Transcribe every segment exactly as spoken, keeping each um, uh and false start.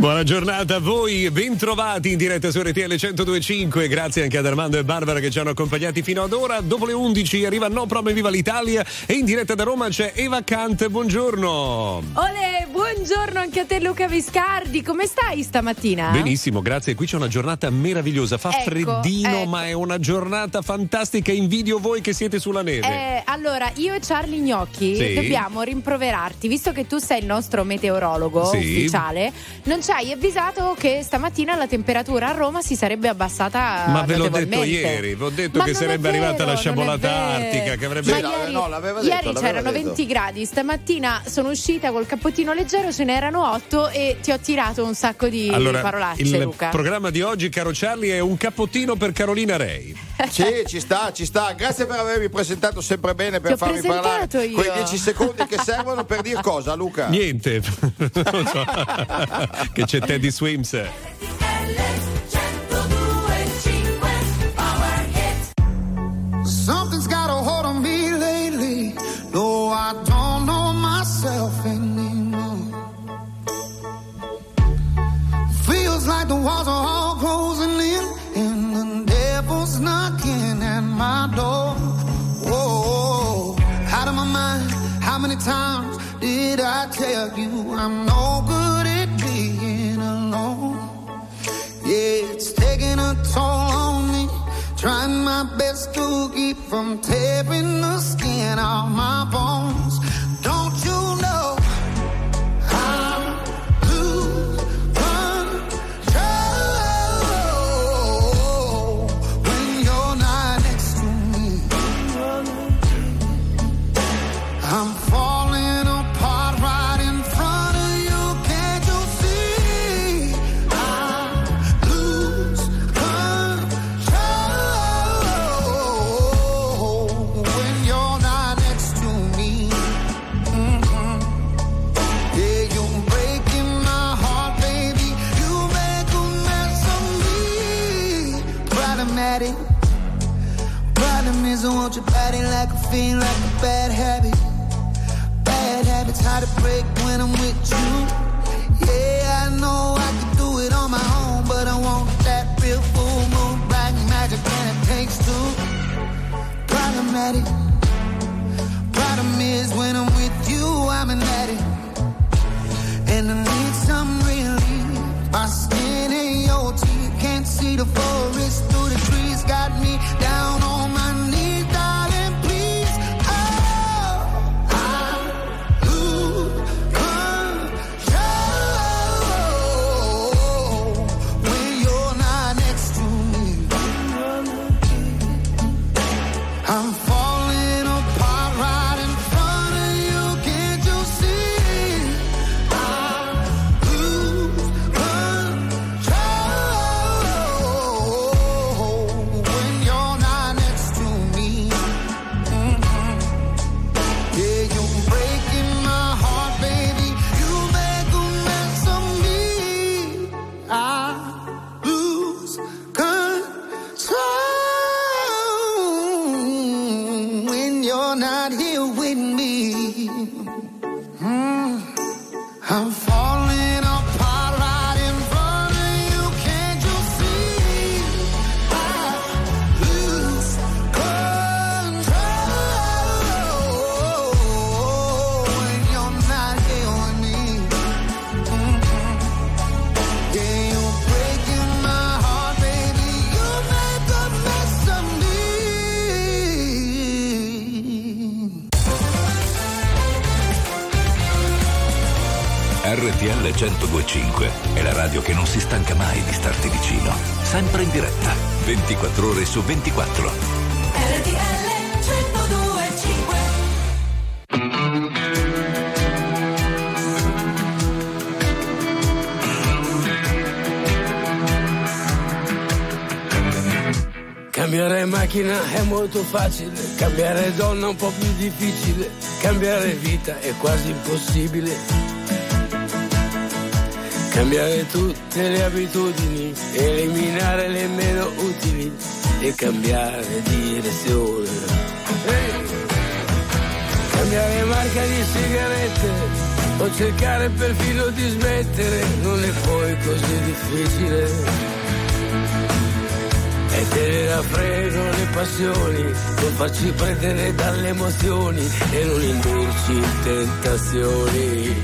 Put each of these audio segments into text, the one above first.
Buona giornata a voi, bentrovati in diretta su R T L centodue e cinque. Grazie anche ad Armando e Barbara che ci hanno accompagnati fino ad ora. Dopo le undici arriva No Problem Viva l'Italia e in diretta da Roma c'è Eva Kant. Buongiorno. Ole, buongiorno anche a te Luca Viscardi. Come stai stamattina? Benissimo, grazie. Qui c'è una giornata meravigliosa. Fa ecco, freddino, ecco. ma è una giornata fantastica. Invidio voi che siete sulla neve. Eh, allora, io e Charlie Gnocchi sì. dobbiamo rimproverarti, visto che tu sei il nostro meteorologo sì. ufficiale. Non ci hai avvisato che stamattina la temperatura a Roma si sarebbe abbassata. Ma ve l'ho detto notevolmente. ieri, vi ho detto Ma che non sarebbe è vero, arrivata la sciabolata non è vero. artica che avrebbe. Ma Sì, ieri, no, l'aveva ieri detto, l'aveva c'erano detto. venti gradi, stamattina sono uscita col cappottino leggero, ce n'erano otto e ti ho tirato un sacco di Allora, parolacce, il Luca. programma di oggi, caro Charlie, è un cappottino per Carolina Rei. Sì, ci sta, ci sta. Grazie per avermi presentato sempre bene, per Ti ho farmi parlare presentato io. quei dieci secondi che servono per dire cosa, Luca? Niente, non so. Che c'è Teddy Swims. Something's got a hold on me lately. No, I don't know myself anymore. Feels like the walls are all closing in, and the devil's knocking at my door. Whoa, out of my mind. How many times did I tell you I'm no good at being alone? Yeah, it's taking a toll on me. Trying my best to keep from tearing the skin off my bones. Don't you know I lose control when you're not next to me? I'm falling apart right in front of you. Can't you see? I lose control when you're not next to me. Mm-hmm. Yeah, you're breaking my heart, baby. You make a mess of me. Problematic. Problem is I want your body like a fiend, like a bad habit. Bad habits hard to break when I'm with you. Yeah, I know I can do it on my own, but I want that real full moon, black magic, and it takes two. Problematic. Problem is when I'm with you, I'm an addict, and I need some relief. My skin ain't your teeth, can't see the forest through the trees. Got me down on my knees, darling, please. Oh, I lose control when you're not next to me. I'm falling apart right in front of you. Can't you see? I lose control when you're not next to me. Mhm. Yeah, you're breaking my heart, baby. You make a mess of me. I lose control when you're not here with me. Mm. I'm falling apart right in front of you. Can't you see? I lose control when you're not here with me. Mhm. Yeah, you're breaking my heart, baby. You make a mess of me. R T L centodue e cinque è la radio che non si stanca mai di starti vicino. Sempre in diretta, ventiquattro ore su ventiquattro. R T L centodue e cinque. Cambiare macchina è molto facile, cambiare donna è un po' più difficile, cambiare vita è quasi impossibile. Cambiare tutte le abitudini, eliminare le meno utili e cambiare direzione. Hey! Cambiare marca di sigarette, o cercare perfino di smettere, non è poi così difficile. E te la frego le passioni, non farci prendere dalle emozioni e non indurci in tentazioni.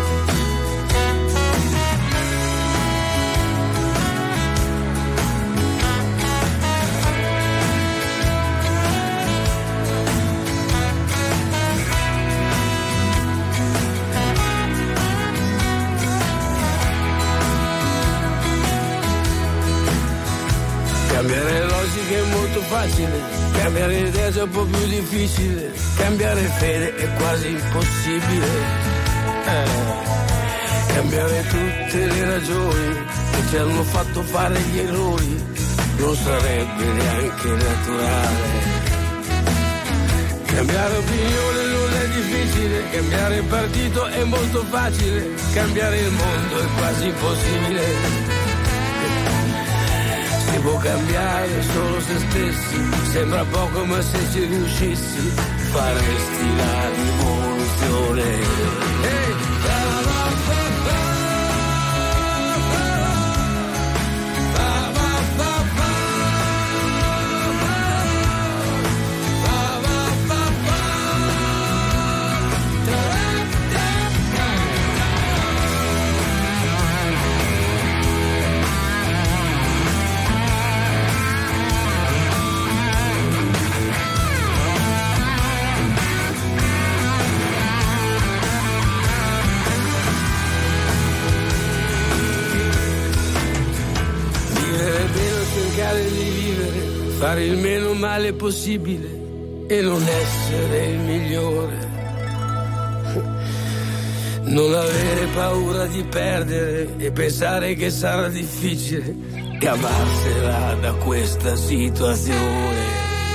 Cambiare logica è molto facile, cambiare idea è un po' più difficile, cambiare fede è quasi impossibile. Eh, cambiare tutte le ragioni che ci hanno fatto fare gli errori non sarebbe neanche naturale. Cambiare opinione non è difficile, cambiare partito è molto facile, cambiare il mondo è quasi impossibile. Si può cambiare solo se stessi, sembra poco ma se ci riuscissi faresti la rivoluzione. Hey! Di vivere, fare il meno male possibile e non essere il migliore. Non avere paura di perdere e pensare che sarà difficile cavarsela da questa situazione.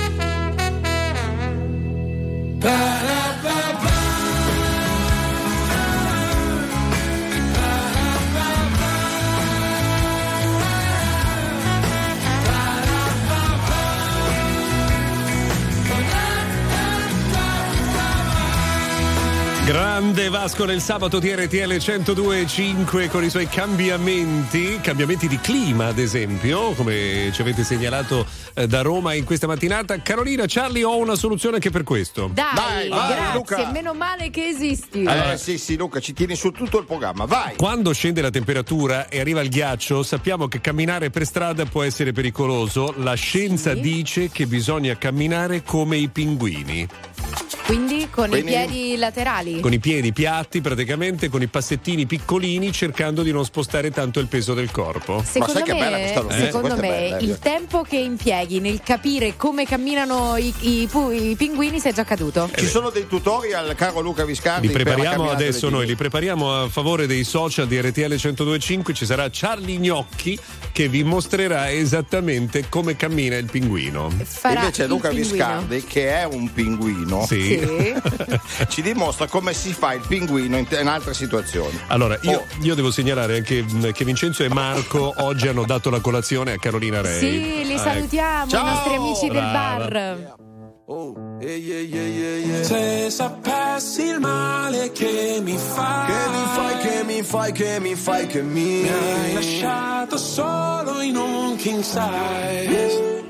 Grande Vasco nel sabato di R T L centodue e cinque con i suoi cambiamenti, cambiamenti di clima ad esempio, come ci avete segnalato eh, da Roma in questa mattinata. Carolina, Charlie, ho una soluzione anche per questo. Dai, Vai, vai, grazie, Luca. meno male che esisti. Eh sì sì Luca, ci tieni su tutto il programma, vai! Quando scende la temperatura e arriva il ghiaccio, sappiamo che camminare per strada può essere pericoloso. La scienza Sì. dice che bisogna camminare come i pinguini. Quindi con Quindi- i piedi laterali. Con i piedi piatti praticamente, con i passettini piccolini, cercando di non spostare tanto il peso del corpo. Secondo sai che me, bella questa logica? secondo Questa è me bella, eh. il tempo che impieghi nel capire come camminano i, i pu- i pinguini si è già caduto. Ci sono dei tutorial, caro Luca Viscardi. Li per la prepariamo camminata adesso dei noi, li pinguini. prepariamo a favore dei social di R T L centodue e cinque. Ci sarà Charlie Gnocchi che vi mostrerà esattamente come cammina il pinguino. Farà Invece il Luca pinguino. Viscardi, che è un pinguino, Sì. Sì. ci dimostra come si fa il pinguino in, in altre situazioni. Allora, io, Oh. io devo segnalare anche mh, che Vincenzo e Marco oggi hanno dato la colazione a Carolina Rei. Sì, li Ah, salutiamo, Ciao! i nostri amici del Brava. bar. Oh, yeah, yeah, yeah, yeah, yeah. Se sapessi il male che mi fai, Che mi fai, che mi fai, che mi fai, che mi mi hai lasciato solo in un king size.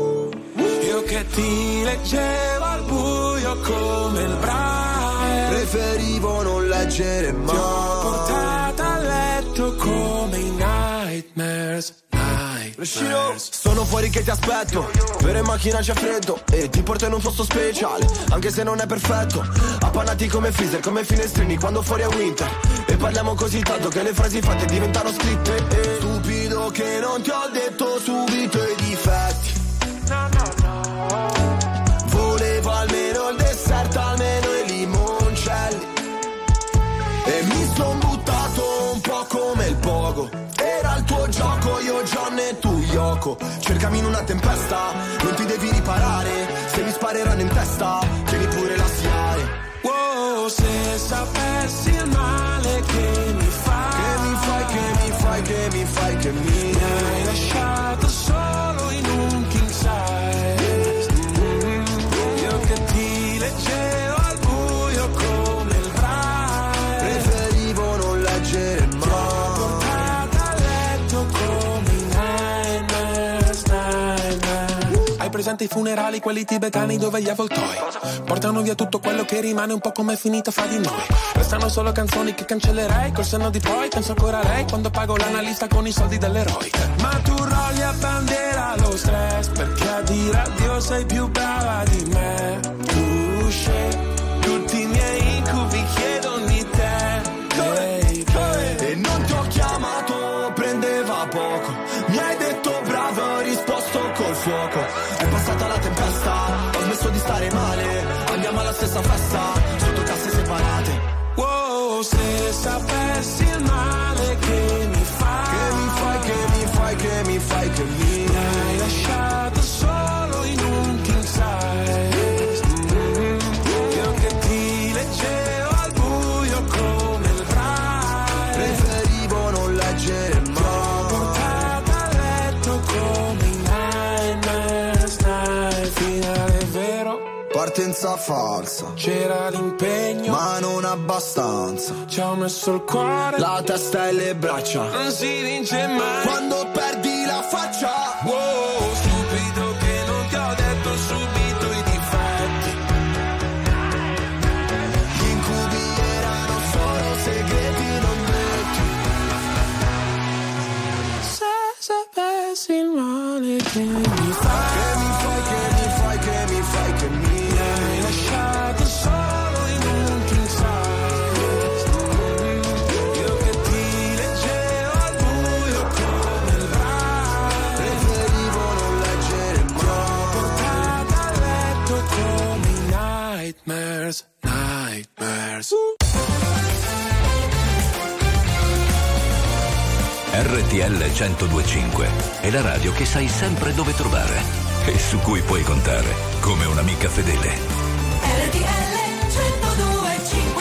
Io che ti leggevo al buio come il Braille, preferivo non leggere ti ho mai. portata a letto come i nightmares. Nightmares. Sono fuori che ti aspetto, per in macchina c'è freddo e ti porto in un posto speciale, anche se non è perfetto. Appannati come freezer, come finestrini quando fuori è winter. E parliamo così tanto che le frasi fatte diventano scritte. E stupido che non ti ho detto subito i difetti. Volevo almeno il dessert, almeno i limoncelli. E mi son buttato un po' come il pogo. Era il tuo gioco, io John e tu Yoko. Cercami in una tempesta, non ti devi riparare. Se mi spareranno in testa, tieni pure la SIAE. Wow, se sapessi il male che mi fai, Che mi fai, che mi fai, che mi fai, che mi mi hai lasciato solo in un king size. Io che ti leggevo al buio come il Braille, durante i funerali, quelli tibetani dove gli avvoltoi portano via tutto quello che rimane, un po' come è finita fra di noi. Restano solo canzoni che cancellerei, col senno di poi penso ancora a lei quando pago l'analista con i soldi dell'eroe. Ma tu rolli a bandiera lo stress, perché a dire addio sei più brava di me. Tu scegli tutti i miei incubi, chiedono di te, baby. E non ti ho chiamato, prendeva poco. Mi hai detto bravo, ho risposto col fuoco. È passata la tempesta, ho smesso di stare male. Andiamo alla stessa festa, sotto casse separate. Wow, se sapessi il male che mi fai, che mi fai, che mi fai, che mi fai, che mi hai lasciato solo in un king size. Mm-hmm. Io che ti leggevo al buio come il braille, preferivo non leggere mai. T'ho portata a letto come in Nightmares Night. Finale vero, partenza falsa, c'era l'impegno ma non abbastanza. Ci ho messo il cuore, la testa e le braccia, non si vince mai quando perdi la faccia. Wow, stupido che non ti ho detto subito i difetti. Gli incubi erano solo segreti non detti. Se sapessi il male che mi fai, che mi fai, che mi fai, che mi fai, che mi hai lasciato solo in un king size. Io che ti leggevo al buio come il braille, preferivo non leggere mai. t'ho portata a letto come i Nightmares, Nightmares. R T L centodue e cinque è la radio che sai sempre dove trovare e su cui puoi contare come un'amica fedele. R T L centodue e cinque.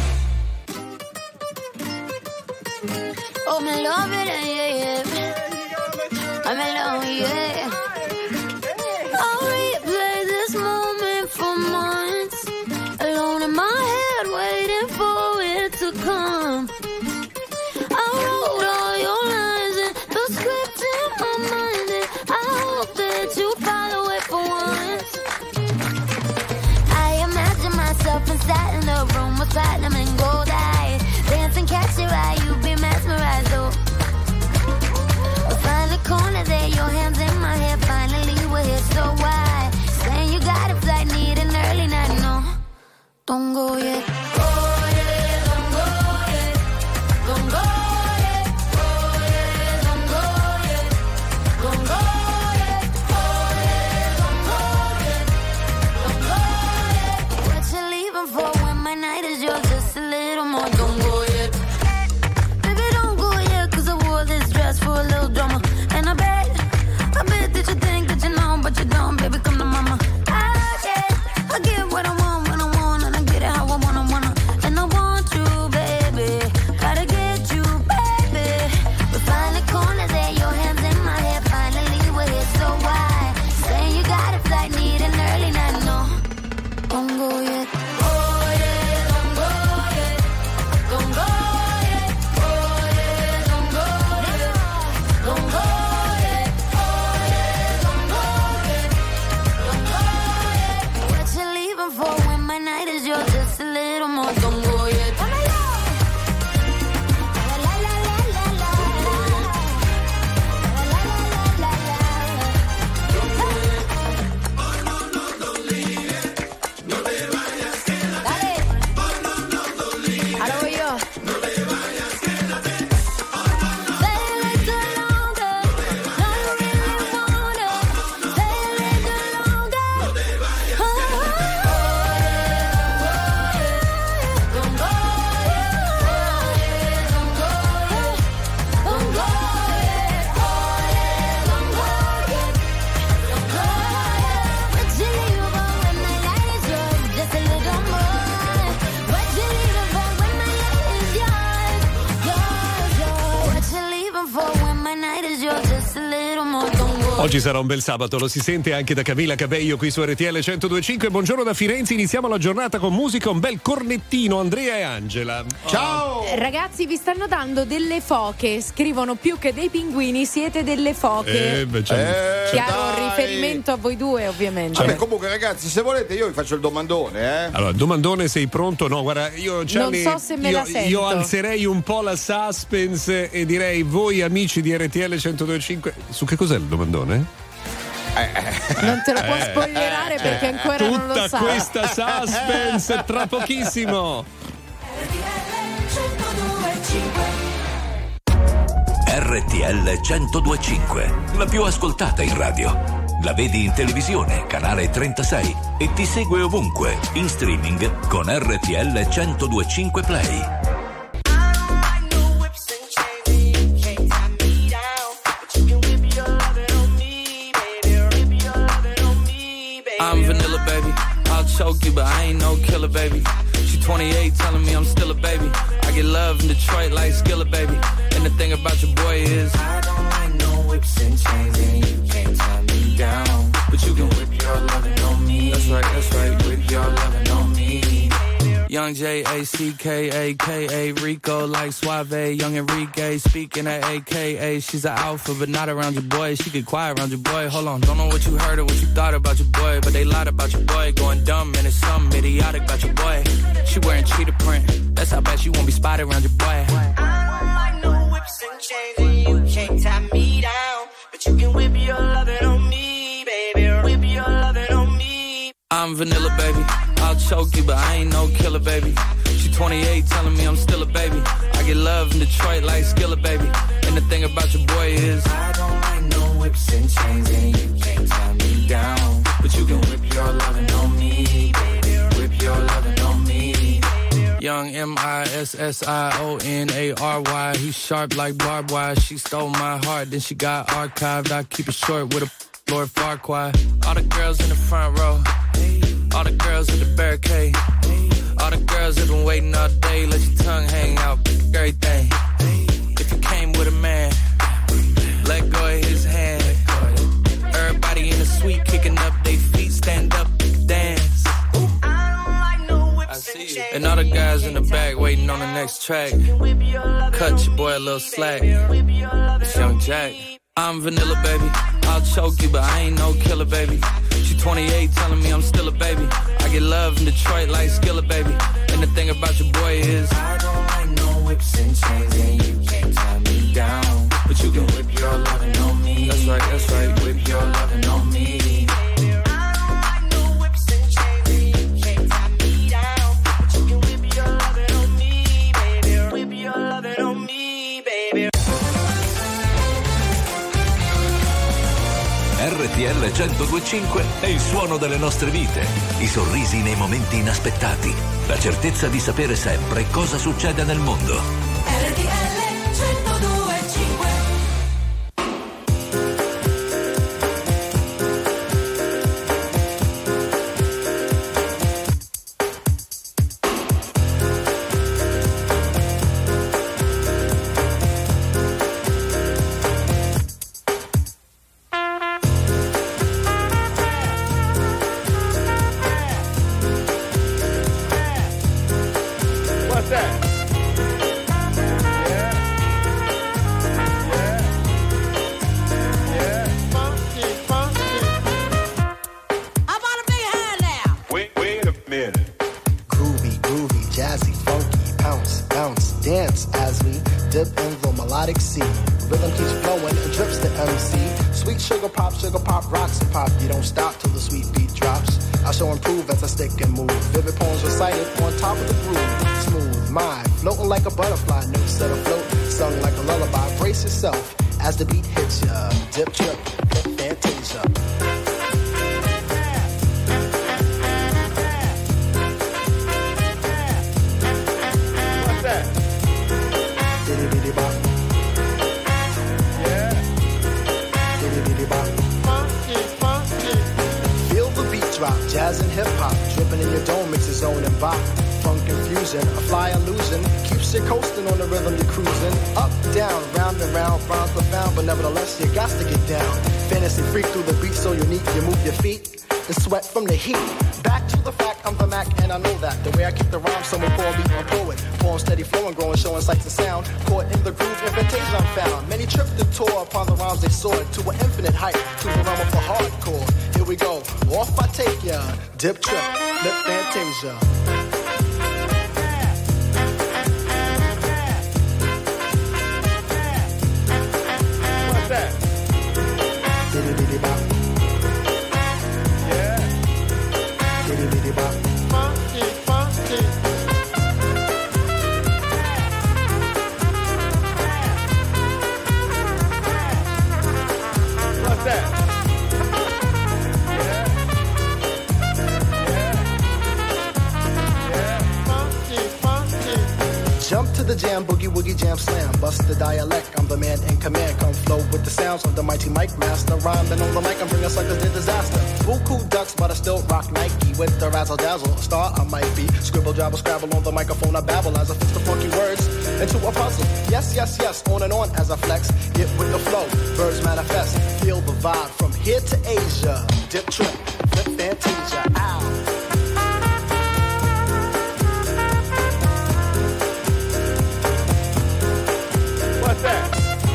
Oh, me love it, yeah, yeah. I'm alone, yeah. I'll replay this moment for months, alone in my head, waiting for it to come. I wrote all your lines and the script in my mind, and I hope that you follow it for once. I imagine myself inside in a room with platinum and gold eyes, dancing, catch your eye, you be mesmerized, oh. Find the corner there, your hands in my hair, finally we're here, so why? Saying you got a flight, need an early night, no, don't go yet. Go yet, don't go yet, don't go yet, go yet, don't go yet, don't go yet, go yet, don't go yet, don't go yet. What you leaving for when my night is yours? Just Oggi sarà un bel sabato, lo si sente anche da Camilla Cabello qui su R T L centodue e cinque. Buongiorno da Firenze, iniziamo la giornata con musica, un bel cornettino. Andrea e Angela. Ciao! Eh, ragazzi, vi stanno dando delle foche, scrivono più che dei pinguini, siete delle foche. Eh, beh, c'è... Eh, Chiaro, dai. riferimento a voi due, ovviamente. Vabbè, comunque ragazzi, se volete io vi faccio il domandone, eh. Allora, domandone, sei pronto? No, guarda, io Gianni, Non so se me io, la sento. io alzerei un po' la suspense e direi, voi amici di R T L centodue e cinque, su che cos'è il domandone? Non te lo può spoilerare perché ancora non lo Tutta sa. questa suspense tra pochissimo. R T L centodue e cinque, la più ascoltata in radio. La vedi in televisione, canale trentasei, e ti segue ovunque, in streaming con R T L centodue e cinque Play. I'm vanilla, baby. I'll choke you, but I ain't no killer, baby. She twenty-eight, telling me I'm still a baby. I get love in Detroit like Skillet, baby. And the thing about your boy is I don't like no whips and chains, and you can't tie me down. But you can whip your lovin' on me. That's right, that's right, whip your lovin' on me. Young J A C K A K A Rico like Suave, young Enrique speaking at A K A. She's an alpha but not around your boy. She get quiet around your boy. Hold on, don't know what you heard or what you thought about your boy, but they lied about your boy. Going dumb and it's something idiotic about your boy. She wearing cheetah print. That's how bad she won't be spotted around your boy. I don't like no whips and chains and you can't tie me down, but you can whip your lovin' on me, baby. Whip your lovin' on me. I'm vanilla, baby. I'll choke you, but I ain't no killer, baby. She twenty-eight, telling me I'm still a baby. I get love in Detroit like Skillet, baby. And the thing about your boy is I don't like no whips and chains, and you can't tie me down. But you can whip your lovin' on me, baby. Whip your lovin' on me. Young M I S S I O N A R Y. He's sharp like barbed wire. She stole my heart, then she got archived. I keep it short with a Lord Farquaad. All the girls in the front row. All the girls at the barricade. All the girls have been waiting all day. Let your tongue hang out, everything. If you came with a man, let go of his hand. Everybody in the suite kicking up their feet, stand up, dance. I see you. And all the guys in the back waiting on the next track. Cut your boy a little slack. It's Young Jack. I'm vanilla, baby. I'll choke you, but I ain't no killer, baby. She twenty-eight, telling me I'm still a baby. I get love in Detroit like Skillet, baby. And the thing about your boy is I don't like no whips and chains, and you can't tie me down. But you can whip your lovin' on me. That's right, that's right, whip your lovin' on me. R T L centodue e cinque è il suono delle nostre vite, i sorrisi nei momenti inaspettati, la certezza di sapere sempre cosa succede nel mondo. R T L centodue e cinque. As the beat hits ya, dip, trip, fantasia. What's that? Diddy diddy bop. Yeah. Diddy diddy bop. Funky, funky. Feel the beat drop, jazz and hip hop, dripping in your dome makes its own and bop. Funk confusion, a fly illusion keeps you coasting on the rhythm you're cruising. Up, down, round and round, rhymes profound, but nevertheless you got to get down. Fantasy freak through the beat so unique, you move your feet and sweat from the heat. Back to the fact, I'm the Mac and I know that. The way I keep the rhyme, someone call me a poet. Poem steady flowing, growing, showing sights and sound. Caught in the groove, invitation I'm found. Many tripped the tour upon the rhymes they soared to an infinite height, to the realm of the hardcore. Here we go, off I take ya. Dip trip, lip fantasia. What's that? Diddy diddy bop. Yeah. Diddy diddy bop. Funky, funky. What's that? Yeah. Yeah. Yeah. Funky, funky. Jump to the jam, boogie woogie jam slam. Bust the dialect, I'm the man in command. Come flow with the sounds of the mighty mic master. Rhyming on the mic, I'm bringing suckers to disaster. Buku ducks, but I still rock Nike with the razzle dazzle. A star I might be. Scribble, jabble, scrabble on the microphone. I babble as I fix the funky words into a puzzle. Yes, yes, yes, on and on as I flex. Get with the flow, birds manifest. Feel the vibe from here to Asia. Dip trip, flip fantasia. Ow. What's that?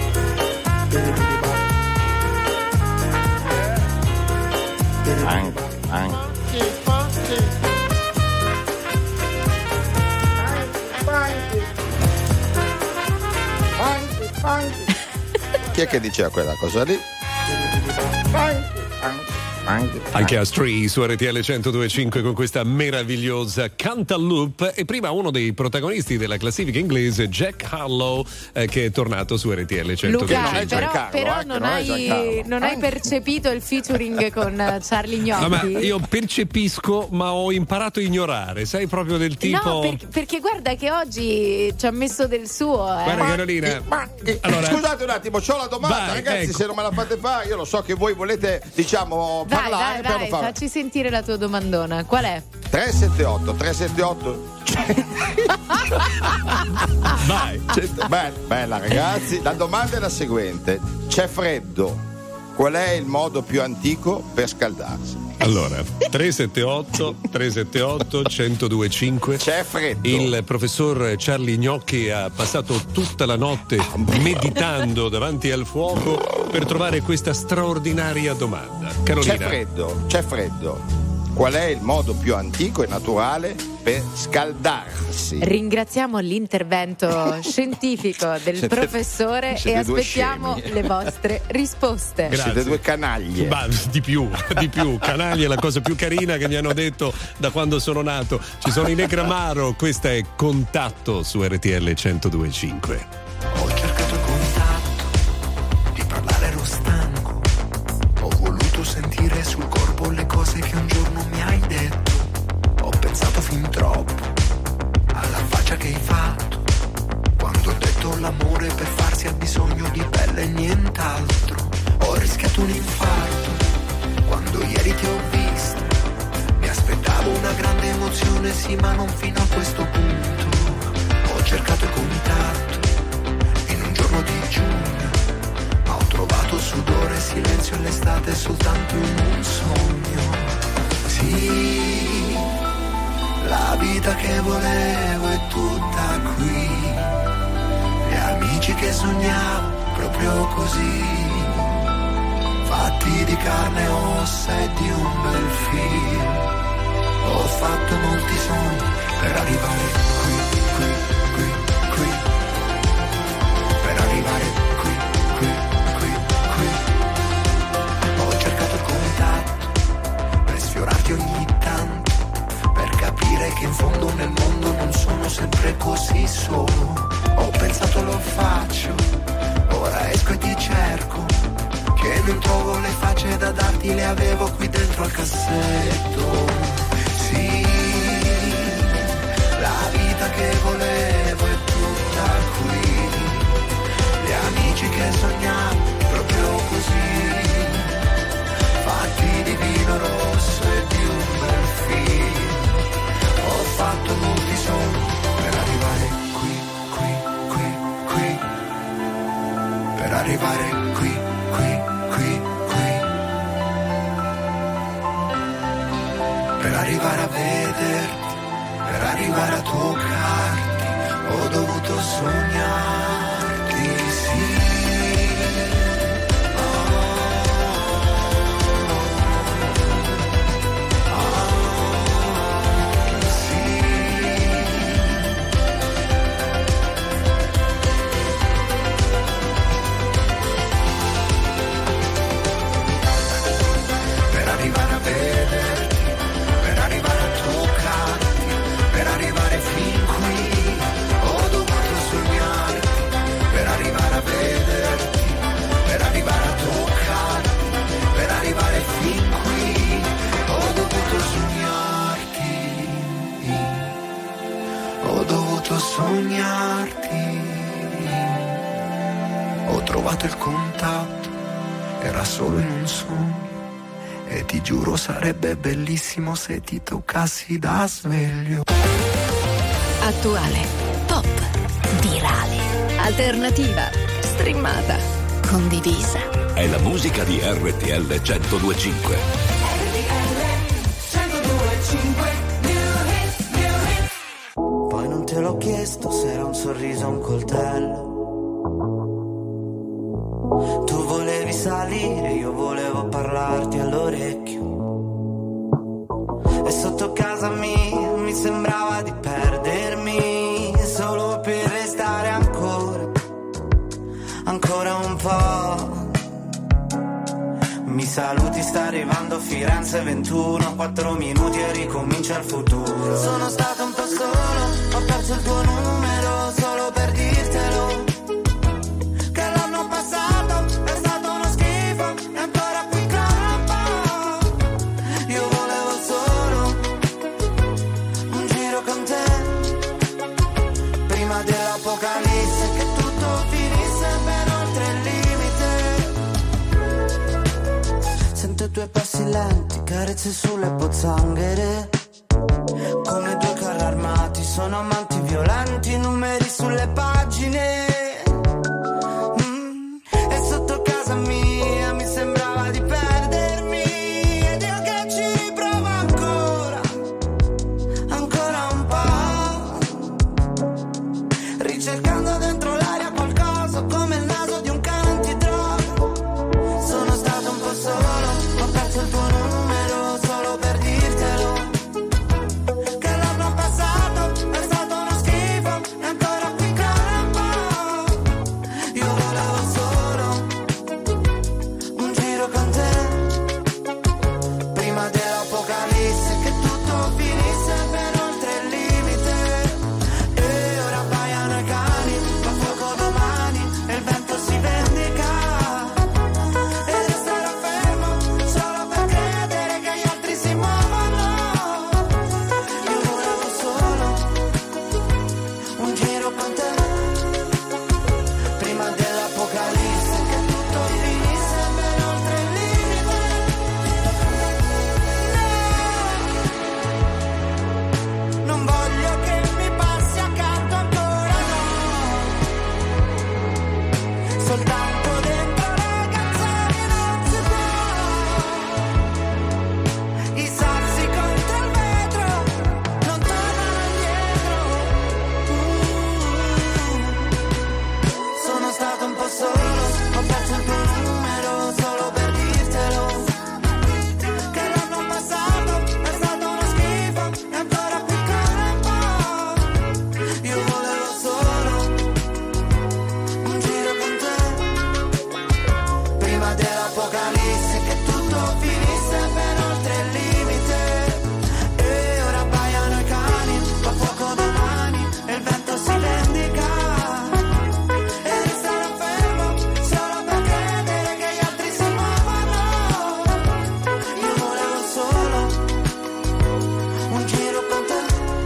Anche, anche. Funky, funky. Funky, funky. Funky, funky. Chi è che diceva quella cosa lì? Funky, funky. Anche, Anche Astri su R T L centodue e cinque con questa meravigliosa Cantaloupe, e prima uno dei protagonisti della classifica inglese, Jack Harlow, eh, che è tornato su R T L centodue e Luca, cinque. però, però ecco, non, non è hai, Giancarlo. non hai percepito il featuring con eh, Charlie Gnocchi? No, ma io percepisco, ma ho imparato a ignorare, sei proprio del tipo. No, per- perché guarda che oggi ci ha messo del suo. Eh. Guarda Carolina, allora, Scusate un attimo, c'ho la domanda, vai, ragazzi, ecco. se non me la fate fare, io lo so che voi volete, diciamo, Vai, parlare vai, per vai, fare. facci sentire la tua domandona. Qual è? tre sette otto tre sette otto vai. Bella, bella ragazzi, la domanda è la seguente: c'è freddo, qual è il modo più antico per scaldarsi? Allora, tre sette otto tre sette otto uno zero due cinque. C'è freddo. Il professor Charlie Gnocchi ha passato tutta la notte meditando davanti al fuoco per trovare questa straordinaria domanda. Carolina. C'è freddo, c'è freddo. Qual è il modo più antico e naturale per scaldarsi? Ringraziamo l'intervento scientifico del Siete- professore siete e due aspettiamo scemi. le vostre risposte. Grazie. Siete due canaglie. Ma di più, di più. Canaglia è la cosa più carina che mi hanno detto da quando sono nato. Ci sono i Necramaro, questa è Contatto su R T L centodue e cinque. Ho cercato contatto, di parlare ero stanco. Ho voluto sentire sul corpo le cose che un giorno mi hai detto. Ho pensato fin troppo alla faccia che hai fatto quando ho detto l'amore per farsi ha bisogno di pelle e nient'altro. Ho rischiato un infarto quando ieri ti ho visto. Mi aspettavo una grande emozione, sì, ma non fino a questo punto. Ho cercato il contatto in un giorno di giugno, ma ho trovato sudore, silenzio e l'estate soltanto in un sogno. Sì, la vita che volevo è tutta qui, gli amici che sognavo proprio così, fatti di carne e ossa e di un bel film. Ho fatto molti sogni per arrivare qui, qui, qui, qui, per arrivare qui, qui, qui, qui. Ho cercato il contatto per sfiorarti ogni tanto, per capire che in fondo nel mondo non sono sempre così solo. Ho pensato lo faccio, ora esco e ti cerco, che non trovo le facce da darti, le avevo qui dentro al cassetto. Sì, la vita che volevo è tutta qui, gli amici che sognavo proprio così, fatti di vino rosso e di un bel film. a vederti, per arrivare a toccarti, ho dovuto sognarti, sì. Sognarti, ho trovato il contatto, era solo in un sogno, e ti giuro sarebbe bellissimo se ti toccassi da sveglio. Attuale, pop, virale, alternativa, streamata, condivisa. È la musica di R T L centodue e cinque. R T L centodue e cinque. Te l'ho chiesto se era un sorriso o un coltello. Tu volevi salire, io volevo parlarti all'orecchio. E sotto casa mia mi sembrava di perdermi, solo per restare ancora, ancora un po'. Mi saluti, sta arrivando Firenze ventuno, quattro minuti e ricomincia il futuro. Sono stato un po' solo, ho perso il tuo numero solo per dirtelo, che l'anno passato è stato uno schifo e ancora qui campo. Io volevo solo un giro con te, prima dell'apocalisse, che tutto finisse ben oltre il limite. Sento i tuoi passi lenti, carezze sulle pozzanghere, come due carri armati, sono amanti violenti, numeri sulle pagine. Mm. E sotto casa mia mi sembrava di perdermi, ed io che ci riprovo ancora, ancora un po', ricercando dentro l'aria qualcosa come il naso di un cane antidroga. Sono stato un po' solo, ho perso il tuo numero solo per dirtelo, che l'anno passato è stato uno schifo e ancora qui campo. Io volevo solo un giro con te, prima dell'apocalisse, che tutto finisse ben oltre il limite. E ora baiano i cani, fa fuoco domani e il vento si vendica, e resterò fermo solo per credere che gli altri si muovono. Io volevo solo un giro con te, prima dell'apocalisse, che tutto finisse ben oltre il limite. No, non voglio che mi passi accanto ancora, no, soltanto dentro le canzoni non si può. I sassi contro il vetro non tornano indietro. Uh, sono stato un po' solo, ho perso il tuo numero solo per dirtelo, che l'anno passato è stato uno schifo e ancora qui campo. Io volevo solo un giro con te, prima dell'apocalisse, che tutto finisse ben oltre il limite. E ora baiano i cani, fa fuoco domani e il vento si vendica, e resterò fermo solo per credere che gli altri si muovono. Io volevo solo un giro con te,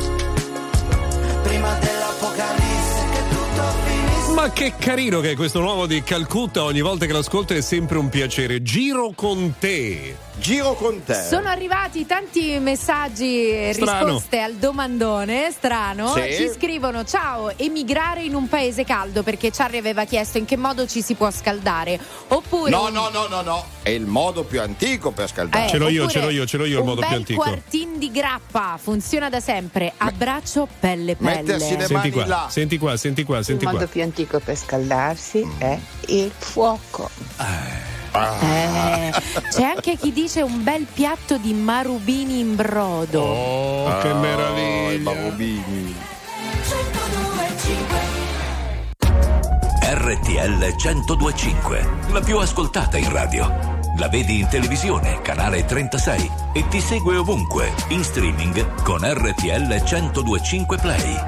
prima dell'apocalisse, che tutto finisse. Ma che carino che è questo nuovo di Calcutta, ogni volta che l'ascolto è sempre un piacere. Giro con te. Giro con te. Sono arrivati tanti messaggi e Strano. risposte al domandone strano. Sì. Ci scrivono: ciao, emigrare in un paese caldo, perché Charlie aveva chiesto in che modo ci si può scaldare. Oppure No, un- no, no, no, no. È il modo più antico per scaldare. Eh, Ce l'ho io, oppure ce l'ho io, ce l'ho io il modo un più bel antico. quartin di grappa, funziona da sempre. Abbraccio pelle pelle. Senti qua, senti qua, senti qua, senti Il qua. modo più antico per scaldarsi è il fuoco. Eh, c'è anche chi dice un bel piatto di marubini in brodo. Oh, che meraviglia. I marubini. R T L centodue e cinque, la più ascoltata in radio. La vedi in televisione, canale trentasei, e ti segue ovunque, in streaming con R T L centodue e cinque Play.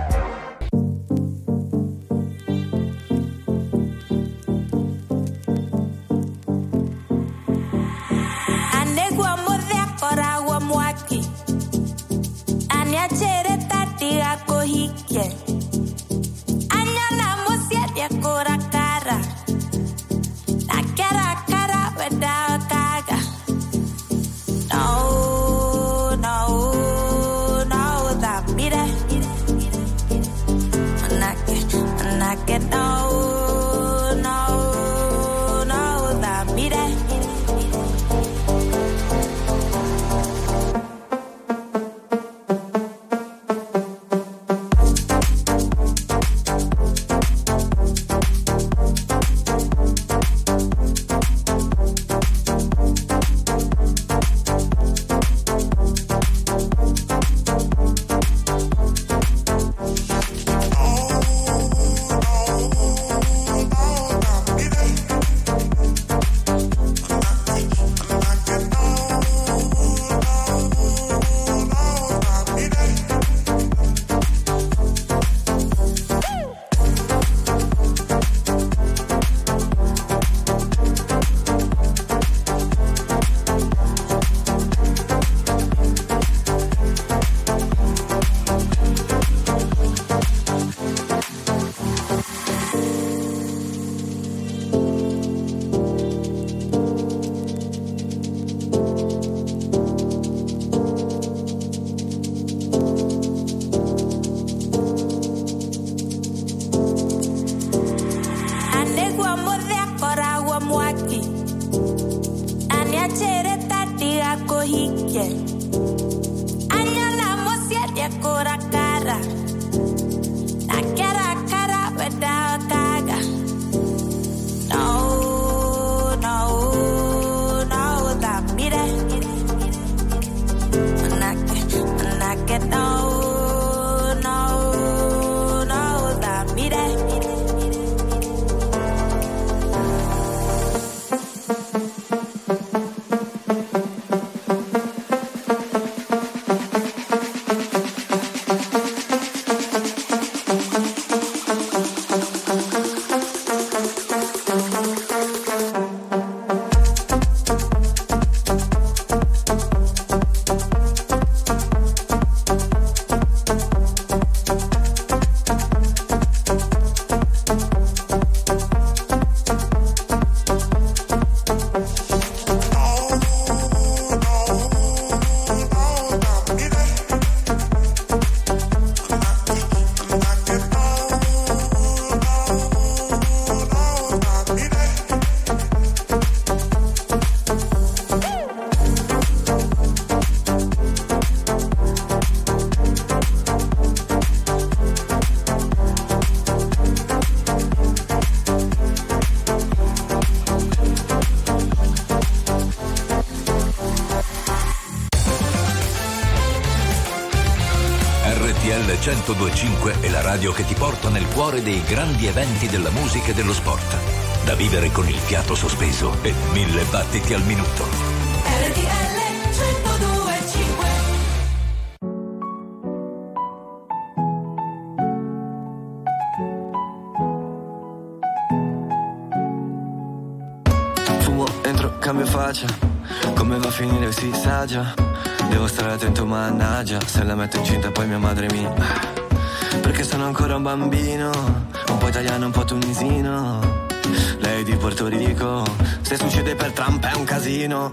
Anegua modea koragua mwaki. Aniachere tati ako hike. Anyana mosia dia kora kara. Nakara kara weda kaga. No, no, no, that mire. Manake, manake, no, no, no, that mire. Anegua modea koragua mwaki. Aniachere tati ako hike. Anyana mosia dia kora kara. Nakara kara weda kaga. No, no, no, that mire. Manake, manake, no, no, no, that mire. R T L centodue e cinque è la radio che ti porta nel cuore dei grandi eventi della musica e dello sport. Da vivere con il fiato sospeso e mille battiti al minuto. R T L centodue e cinque. Fumo, entro, cambio faccia. Come va a finire si sa già. Devo stare attento, mannaggia. Se la metto incinta poi mia madre mi... Perché sono ancora un bambino, un po' italiano, un po' tunisino. Lei di Porto Rico, se succede per Trump è un casino.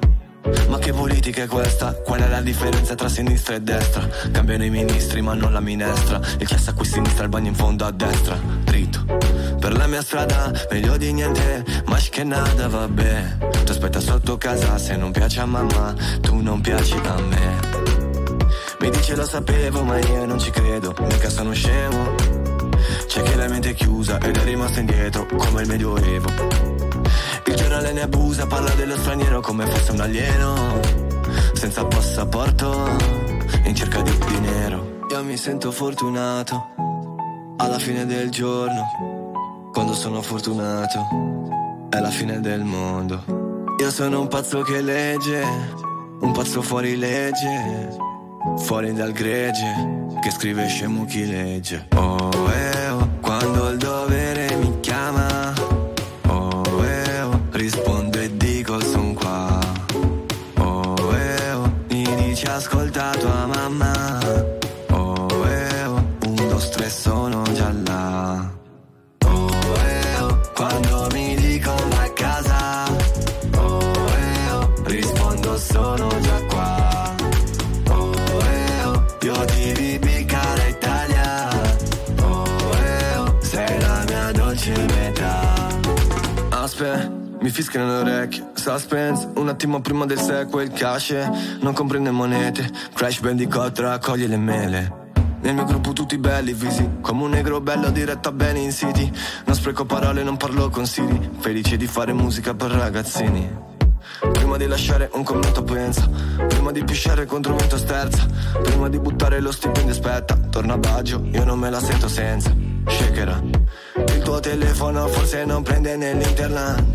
Ma che politica è questa? Qual è la differenza tra sinistra e destra? Cambiano i ministri ma non la minestra. Il cesso a qui sinistra, il bagno in fondo a destra. Dritto per la mia strada, meglio di niente, ma che nada, vabbè. Tu aspetta sotto casa, se non piace a mamma, tu non piaci a me. Mi dice lo sapevo, ma io non ci credo, mica sono scemo. C'è chi la mente è chiusa ed è rimasto indietro, come il medioevo. Il giornale ne abusa, parla dello straniero come fosse un alieno, senza passaporto, in cerca di dinero. Io mi sento fortunato, alla fine del giorno, quando sono fortunato, è la fine del mondo. Io sono un pazzo che legge, un pazzo fuori legge, fuori dal gregge, che scrive scemo chi legge. Oh, eh, oh, quando il dovere mi chiama, oh, eh, oh, rispondo e dico son qua. Oh, eh, oh, mi dice ascolta tua mamma. Oh, eh, oh, un, due, tre, sono già là. Oh, eh, oh, quando mi dico vai a casa, oh, eh, oh, rispondo sono già qua. Oh, eh, oh, io ti vivi cara Italia. Oh, eh, oh, sei la mia dolce metà. Aspetta, mi fischiano le orecchie, suspense, un attimo prima del sequel, il cash non comprende monete, Crash Bandicoot raccoglie le mele. Nel mio gruppo tutti belli, visi come un negro bello diretto a bene in city. Non spreco parole, non parlo con Siri, felice di fare musica per ragazzini. Prima di lasciare un commento pensa, prima di pisciare contro un vento sterza, prima di buttare lo stipendio aspetta, torna a Baggio, io non me la sento senza. Shakera, il tuo telefono forse non prende nell'interland.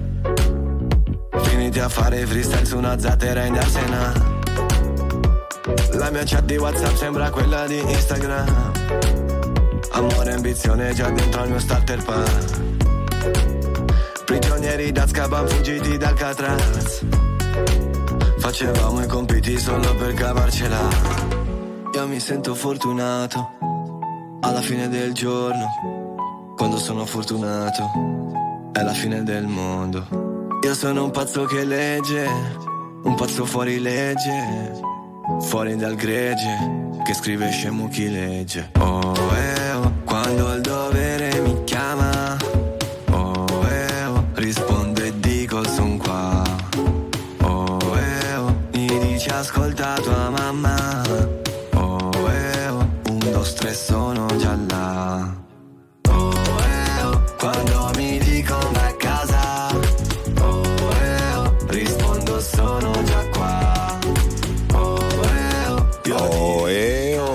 Finiti a fare freestyle su una zattera in Arsena. La mia chat di WhatsApp sembra quella di Instagram. Amore e ambizione già dentro al mio starter pack. Prigionieri d'Azkaban fuggiti dal Catraz. Facevamo i compiti solo per cavarcela. Io mi sento fortunato, alla fine del giorno, quando sono fortunato, è la fine del mondo. Io sono un pazzo che legge, un pazzo fuori legge, fuori dal gregge, che scrive scemo chi legge. Oh, eh, oh, quando il dovere mi chiama, oh, eh, oh, rispondo e dico son qua. Oh, eh, oh, mi dice ascolta tua mamma. Oh, eh, oh, un, due, tre, sono già là. Oh, eh, oh, quando mi dico vai a casa, oh, eh, oh, rispondo sono già qua. Oh, eh, oh, io Oh, eh, oh.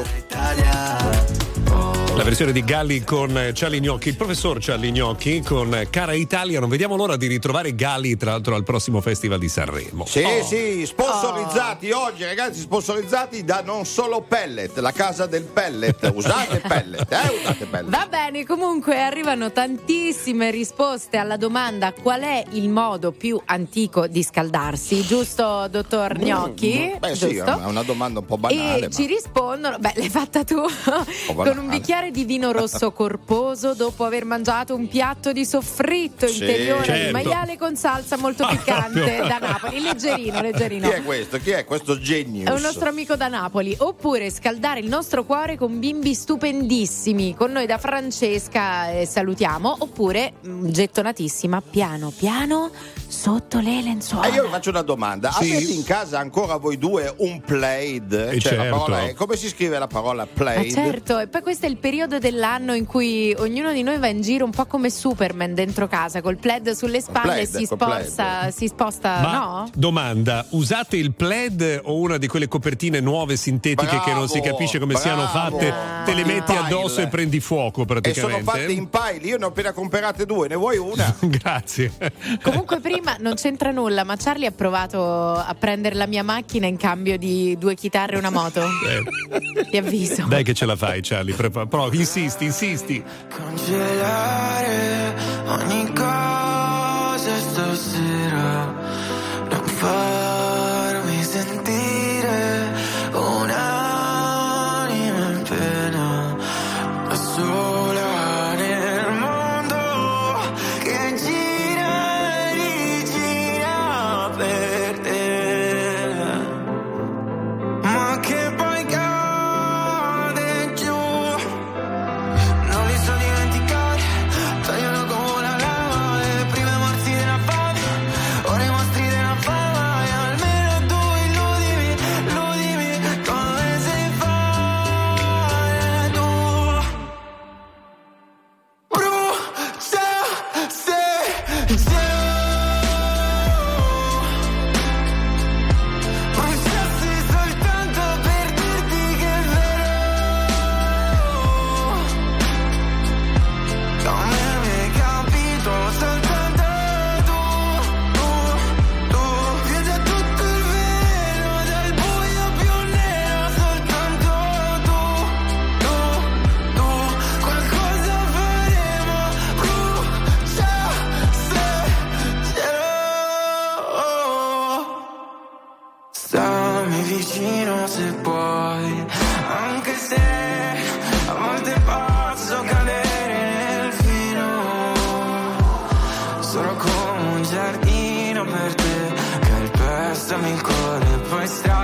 La versione di Galli con Charlie Gnocchi, il professor Charlie Gnocchi con Cara Italia. Non vediamo l'ora di ritrovare Galli, tra l'altro, al prossimo Festival di Sanremo. Sì, Oh. sì, sponsorizzati oggi, ragazzi, sponsorizzati da Non Solo Pellet, la casa del pellet. Usate pellet, eh, usate pellet. Va bene, comunque arrivano tantissime risposte alla domanda qual è il modo più antico di scaldarsi, giusto dottor Gnocchi? Beh sì, è Giusto? una domanda un po' banale. E ma ci rispondono, beh, l'hai fatta tu, con banale. un bicchiere di vino rosso corposo dopo aver mangiato un piatto di soffritto Sì, interiore certo. di maiale con salsa molto Ah, piccante proprio. da Napoli, leggerino, leggerino. Chi è questo? Chi è questo genius? È un nostro amico da Napoli. Oppure scaldare il nostro cuore con bimbi stupendissimi. Con noi da Francesca, eh, salutiamo. Oppure mh, gettonatissima, piano piano sotto le lenzuola. E io vi faccio una domanda. Sì. Avete in casa ancora voi due un plaid? Eh, Cioè, la certo. parola è, come si scrive la parola Ma plaid? certo, e poi questo è il periodo dell'anno in cui ognuno di noi va in giro un po' come Superman dentro casa, col plaid sulle spalle e plaid, si col sposta, plaid. si sposta, Ma no? domanda, usate il plaid o una di quelle copertine nuove sintetiche Bravo, che non si capisce come siano bravo. fatte, te le In metti pile. addosso e prendi fuoco E sono praticamente? fatte in pile, io ne ho appena comprate due, ne vuoi una? Grazie. Comunque prima non c'entra nulla, ma Charlie ha provato a prendere la mia macchina in cambio di due chitarre e una moto. Eh, Ti avviso. dai che ce la fai, Charlie, prepa- però insisti, insisti. Cancellare ogni cosa stasera, non farmi sentire un'anima in pena, da sola nel mondo che gira e rigira per te.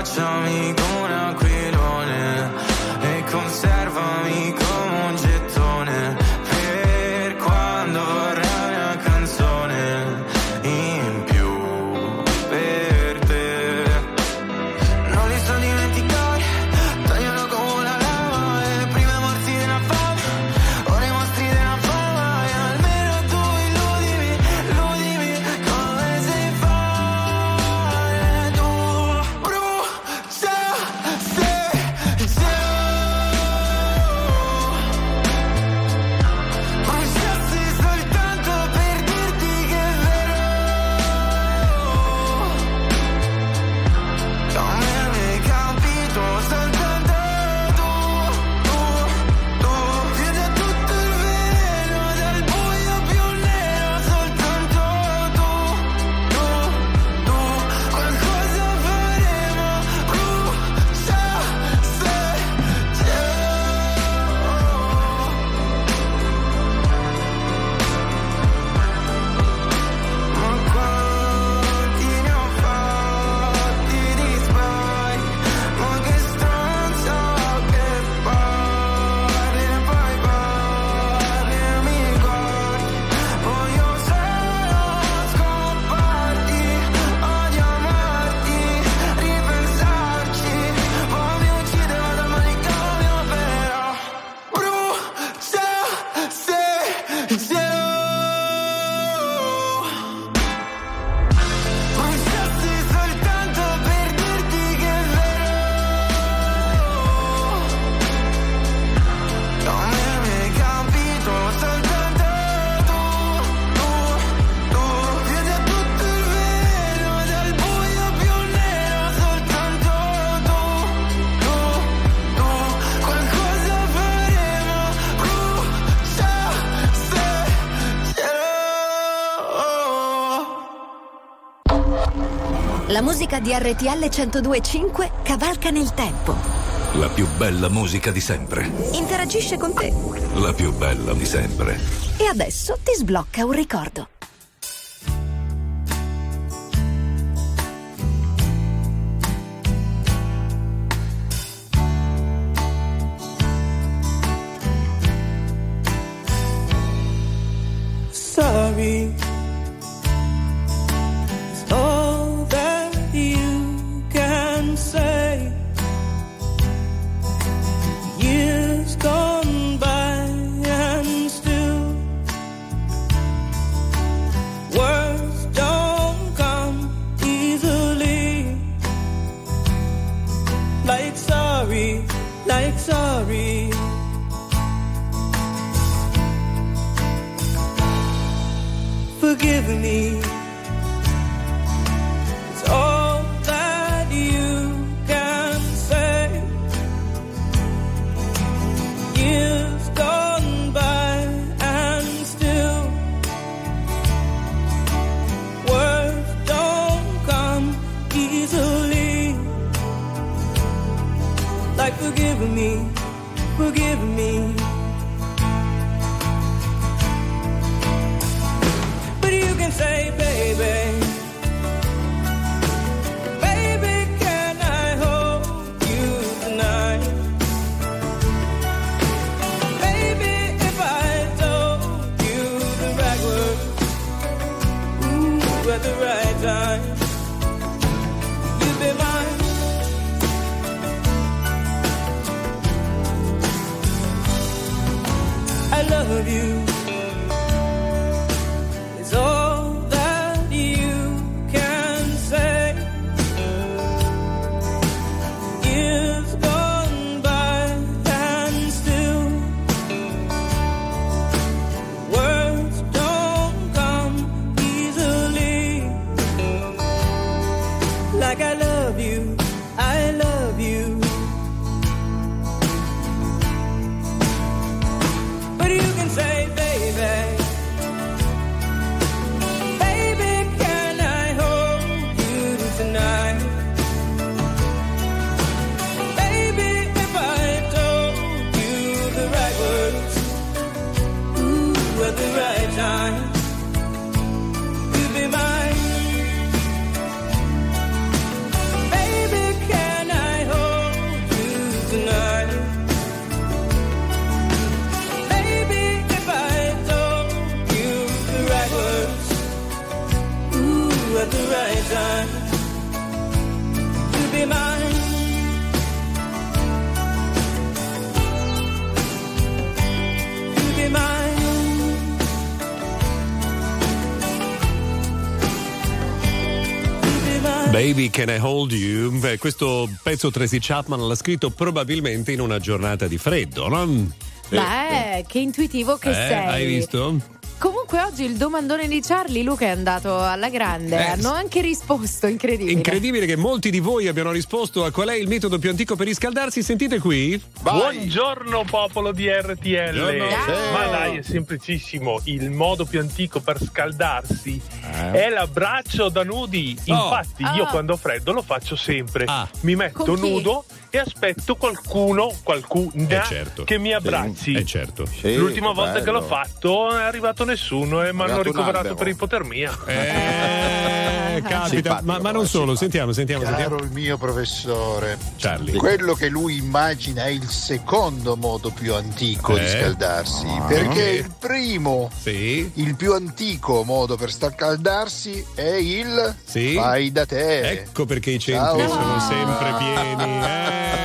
abbracciami come un aquilone e conservami come un gettone per quando vorrai una canzone in più per te. Non li so dimenticare, tagliano come una lama e prima morti della fame, ora i mostri della fama e almeno tu illudimi, illudimi come sei fare tu. Brucia se se bruciassi soltanto per dirti che è vero, come hai capito soltanto tu, tu, tu, chiede tutto il veleno del buio più nero, soltanto tu, tu, tu, qualcosa faremo, brucia se c'è. Ma quanti ne ho fatti di sbagli, ma che stronza che parli e poi parli e mi guardi, voglio solo scopparti, odio amarti, ripensarci, poi mi uccide vado al manicomio però, brucia se c'è. Bruciassi soltanto per dirti che è vero, come hai capito soltanto tu, tu, tu, chiede tutto il veleno del buio più nero, soltanto tu, tu, tu, qualcosa faremo, brucia se c'è. La musica di R T L centodue e cinque cavalca nel tempo. La più bella musica di sempre. Interagisce con te. La più bella di sempre. E adesso ti sblocca un ricordo. Sorry, it's all that you can say. Years gone by and still words don't come easily. Like sorry, like sorry. Forgive me. It's all that you can say. Years gone by and still words don't come easily. Like forgive me, forgive me. Say, baby, baby, can I hold you tonight? Baby, if I told you the right words, ooh, at the right time, you'd be mine. I love you. It's all say, baby. Baby Can I Hold You? Beh, questo pezzo Tracy Chapman l'ha scritto probabilmente in una giornata di freddo, no? Beh, eh, che intuitivo che eh, sei. Hai visto? Comunque oggi il domandone di Charlie, Luca, è andato alla grande. Eh, Hanno anche risposto, incredibile. Incredibile che molti di voi abbiano risposto a qual è il metodo più antico per riscaldarsi. Sentite qui. Vai. Buongiorno popolo di R T L. Buongiorno. Ma dai, è semplicissimo. Il modo più antico per scaldarsi eh. è l'abbraccio da nudi. Infatti Oh. io Ah. quando ho freddo lo faccio sempre. Ah. Mi metto Con chi? nudo e aspetto qualcuno, qualcuna Eh, certo. che mi abbracci. Eh certo. Sì, L'ultima che volta bello. che l'ho fatto è arrivato nessuno e mi hanno arrivato un ricoverato albero. per ipotermia. Eh, capita, Simpatico, ma, ma non però, solo, simpatico. sentiamo, sentiamo, Caro sentiamo. il mio professore, Charlie. quello che lui immagina è il secondo modo più antico di Eh? scaldarsi, Ah. perché il primo, Sì. il più antico modo per scaldarsi è il Sì. fai da te. Ecco perché i centri Ciao. sono sempre pieni. Eh.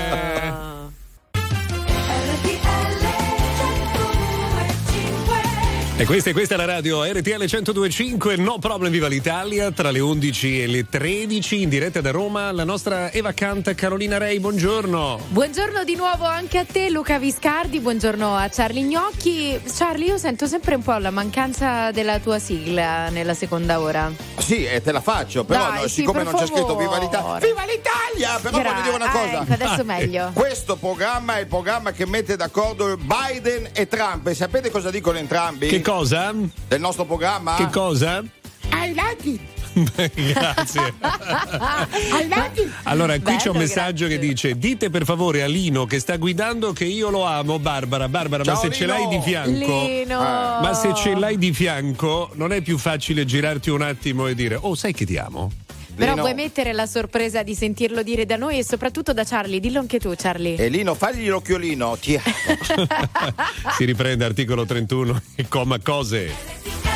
E questa, questa è la radio R T L centodue e cinque, No Problem, viva l'Italia, tra le undici e le tredici, in diretta da Roma, la nostra Eva canta Carolina Rei, buongiorno. Buongiorno di nuovo anche a te, Luca Viscardi, buongiorno a Charlie Gnocchi. Charlie, io sento sempre un po' la mancanza della tua sigla nella seconda ora. Sì, e te la faccio, però Dai, no, sì, siccome per non c'è scritto favore. Viva l'Italia, Viva l'Italia! Però Gra- voglio dire una ah, cosa. ecco, adesso meglio. Questo programma è il programma che mette d'accordo Biden e Trump. E sapete cosa dicono entrambi? Che cosa? Del nostro programma? Che cosa? I like it. Grazie. I like it. Allora, qui Bello, c'è un messaggio grazie. che dice: dite per favore a Lino che sta guidando che io lo amo, Barbara. Barbara, Ciao, ma se ce Lino. l'hai di fianco, Lino. ma se ce l'hai di fianco, non è più facile girarti un attimo e dire: oh, sai che ti amo? Però Lino. vuoi mettere la sorpresa di sentirlo dire da noi e soprattutto da Charlie? Dillo anche tu, Charlie. E Lino, fagli l'occhiolino. Ti amo. Si riprende articolo trentuno, comma cose.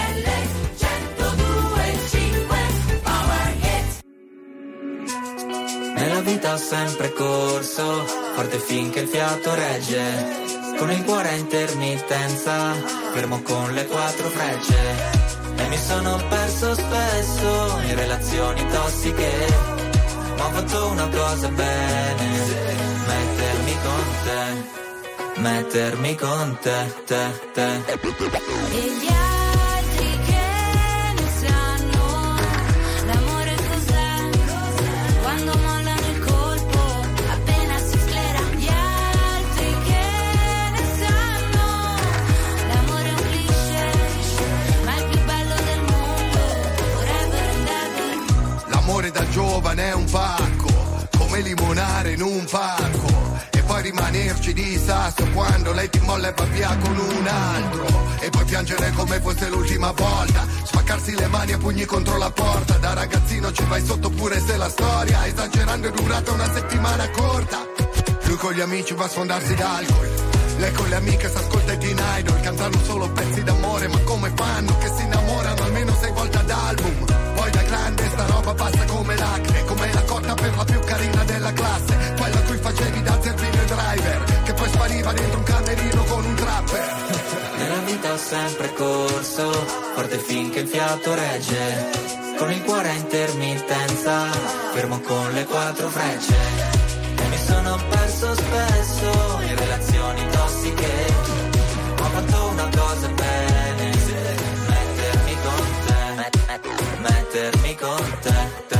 Nella vita ho sempre corso, forte finché il fiato regge. Con il cuore a intermittenza, fermo con le quattro frecce. E mi sono perso spesso in relazioni tossiche. Ma ho fatto una cosa bene, mettermi con te, mettermi con te, te, te. E gli altri che ne sanno l'amore cos'è, quando mollano il colpo appena si sclera. Gli altri che ne sanno l'amore è un cliché, ma è il più bello del mondo, forever and ever. L'amore da giovane è un pacco, come limonare in un parco. E poi rimanerci di sasso quando lei ti molla e va via con un altro. E poi piangere come fosse l'ultima volta, spaccarsi le mani a pugni contro la porta. Da ragazzino ci vai sotto pure se la storia, esagerando, è durata una settimana corta. Lui con gli amici va a sfondarsi d'alcol, lei con le amiche s'ascolta i Teen Idol. Cantano solo pezzi d'amore, ma come fanno che si innamorano almeno sei volte ad album. Poi da grande sta roba passa come l'acne, come la cotta per la più carina della classe, quella a cui facevi da zerbino e driver, che poi spariva dentro un camerino con un trapper. Nella vita ho sempre corso, forte finché il fiato regge. Con il cuore a intermittenza, fermo con le quattro frecce. E mi sono perso spesso in relazioni tossiche. Ho fatto una cosa bene, mettermi con te, mettermi con te, te,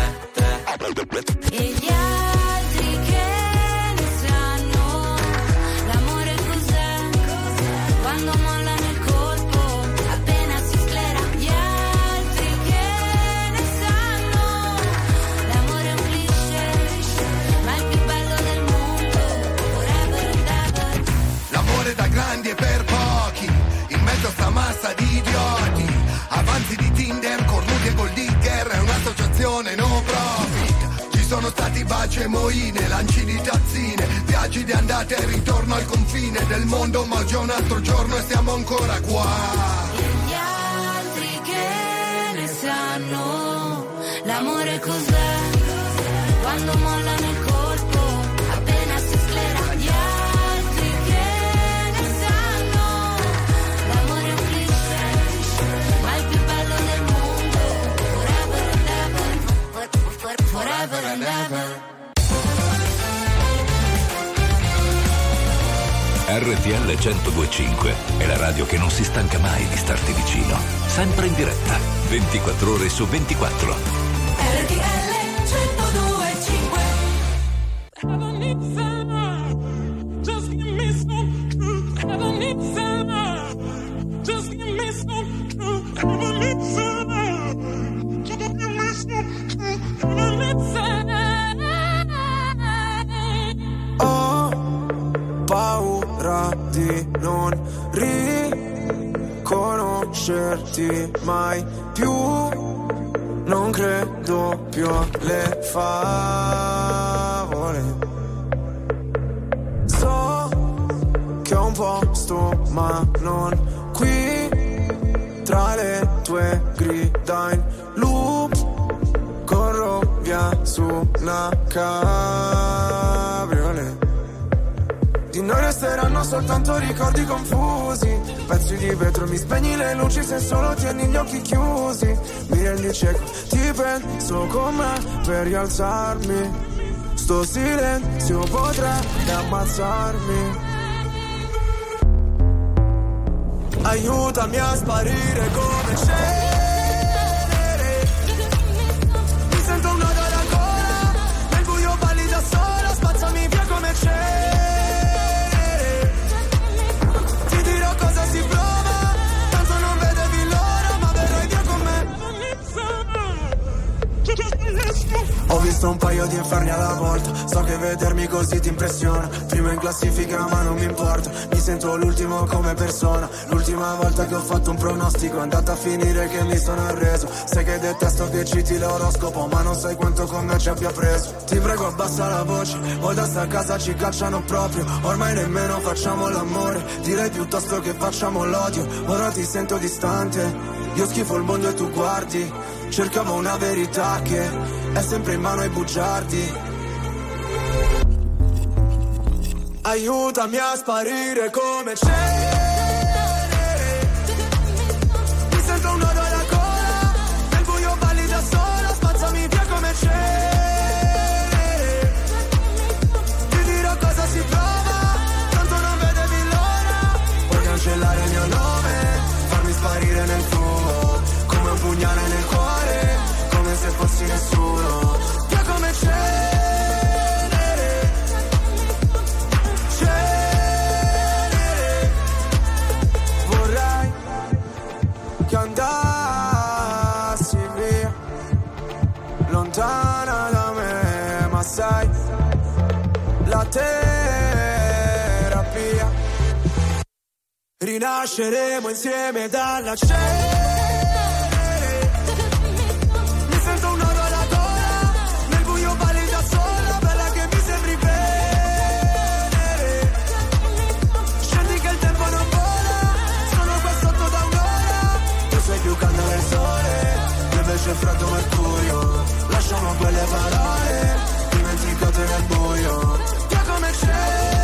te. E gli altri che ne sanno l'amore cos'è, quando mollano il colpo appena si sclera. Gli altri che ne sanno l'amore è un cliché, ma è il più bello del mondo, forever and ever. L'amore da grandi e per pochi, in mezzo a sta massa di idioti. Avanzi di Tinder, cornuti e gold digger, è un'associazione no profit. Ci sono stati baci e moine, lanci di tazzine, viaggi di andata e ritorno al confine del mondo, ma oggi è un altro giorno e siamo ancora qua. E gli altri che ne sanno l'amore cos'è, quando mollano il colpo appena si sclera. Gli altri che ne sanno l'amore è un cliché, ma è il più bello del mondo, forever and ever, forever R T L centodue e cinque è la radio che non si stanca mai di starti vicino. Sempre in diretta, ventiquattro ore su ventiquattro. R T L centodue e cinque. Just give me some truth. I don't need some. Just give me some truth. I don't need some. Just give me some truth. I don't need some. Ho paura di non riconoscerti mai più. Non credo più alle favole. So che ho un posto ma non qui. Tra le tue grida in loop corro via su una cabriolet. Di noi resteranno soltanto ricordi confusi. Pezzi di vetro, mi spegni le luci se solo tieni gli occhi chiusi. Mi rendi cieco, ti penso con me per rialzarmi. Sto silenzio potrebbe ammazzarmi. Aiutami a sparire come cenere. Mi sento un nodo alla gola. Nel buio balli da sola. Spazzami via come cenere. Ti dirò cosa si prova. Tanto non vedevi l'ora, ma verrai via con me. Ho visto un paio di inferni alla volta. So che vedermi così ti impressiona. Primo in classifica ma non mi importa. Mi sento l'ultimo come persona. L'ultima volta che ho fatto un pronostico è andata a finire che mi sono arreso. Sai che detesto che citi l'oroscopo, ma non sai quanto con me ci abbia preso. Ti prego abbassa la voce, o da sta casa ci cacciano proprio. Ormai nemmeno facciamo l'amore, direi piuttosto che facciamo l'odio. Ora ti sento distante, io schifo il mondo e tu guardi. Cercavo una verità che è sempre in mano ai bugiardi. Aiutami a sparire come cenere. Mi sento un nodo alla gola. Nel buio balli da sola. Spazzami via come cenere. Ti dirò cosa si prova. Tanto non vedevi l'ora. Puoi cancellare il mio nome, farmi sparire nel fumo, come un pugnale nel cuore, come se fossi nessuno. Via come cenere. Che andassi via, lontana da me, ma sai, la terapia. Rinasceremo insieme dalla cenere. Mi sento un nodo alla gola, nel buio balli da sola, bella che mi sembri venere. Scendi che il tempo non vola, sono qua sotto da un'ora. Tu sei più caldo del sole, io invece freddo mercurio. Lasciamo quelle parole, dimenticate nel buio. Via come cenere.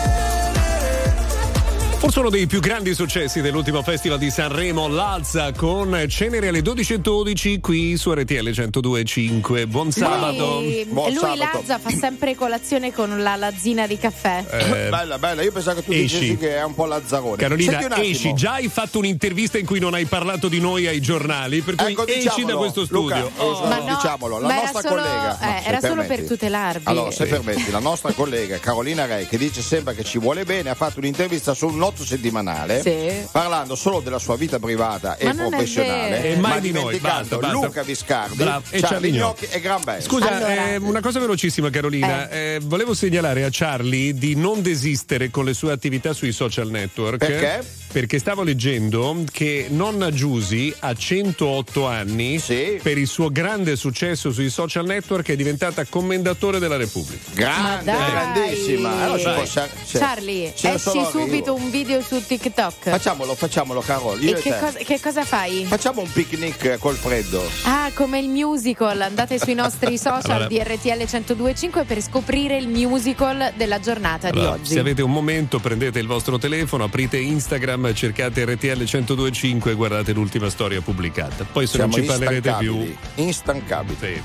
Forse uno dei più grandi successi dell'ultimo Festival di Sanremo, l'Alza con Cenere alle dodici e dodici qui su R T L centodue e cinque. Buon sabato. Lui, Buon lui sabato. Lazza fa sempre colazione con la lazzina di caffè. Eh, bella, bella, io pensavo che tu esci. dicessi che è un po' lazzarone. Carolina, Senti un attimo. esci, già hai fatto un'intervista in cui non hai parlato di noi ai giornali, per cui Ecco, esci diciamolo, da questo Luca, studio. esatto, Ma no, diciamolo, la ma era nostra solo- collega. eh, no, se era solo permetti. per tutelarvi. Allora, se Sì. permetti, la nostra collega Carolina Rei, che dice sempre che ci vuole bene, ha fatto un'intervista su un noto settimanale, Sì. parlando solo della sua vita privata Ma e non è professionale, vero. E mai ma di noi, dimenticando basta, basta. Luca Viscardi, Bravo, e Charlie Charlie Gnocchi e Gran Bello. Scusa, Allora. eh, una cosa velocissima Carolina, eh, volevo segnalare a Charlie di non desistere con le sue attività sui social network. Perché? Perché stavo leggendo che nonna Giusy a centootto anni, Sì. per il suo grande successo sui social network, è diventata commendatore della Repubblica. Grande, Ma dai. grandissima. Allora, si può- se- se- Charlie, ce ne esci sono subito io. un video su TikTok. Facciamolo, facciamolo, Carol. Io E e che te. cosa, che cosa fai? Facciamo un picnic col freddo. Ah, come il musical. Andate sui nostri social Allora. di R T L centodue e cinque per scoprire il musical della giornata Allora, di oggi. se avete un momento, prendete il vostro telefono, aprite Instagram, cercate R T L centodue e cinque e guardate l'ultima storia pubblicata. Poi se Siamo non ci parlerete più. instancabili, instancabili. Sì.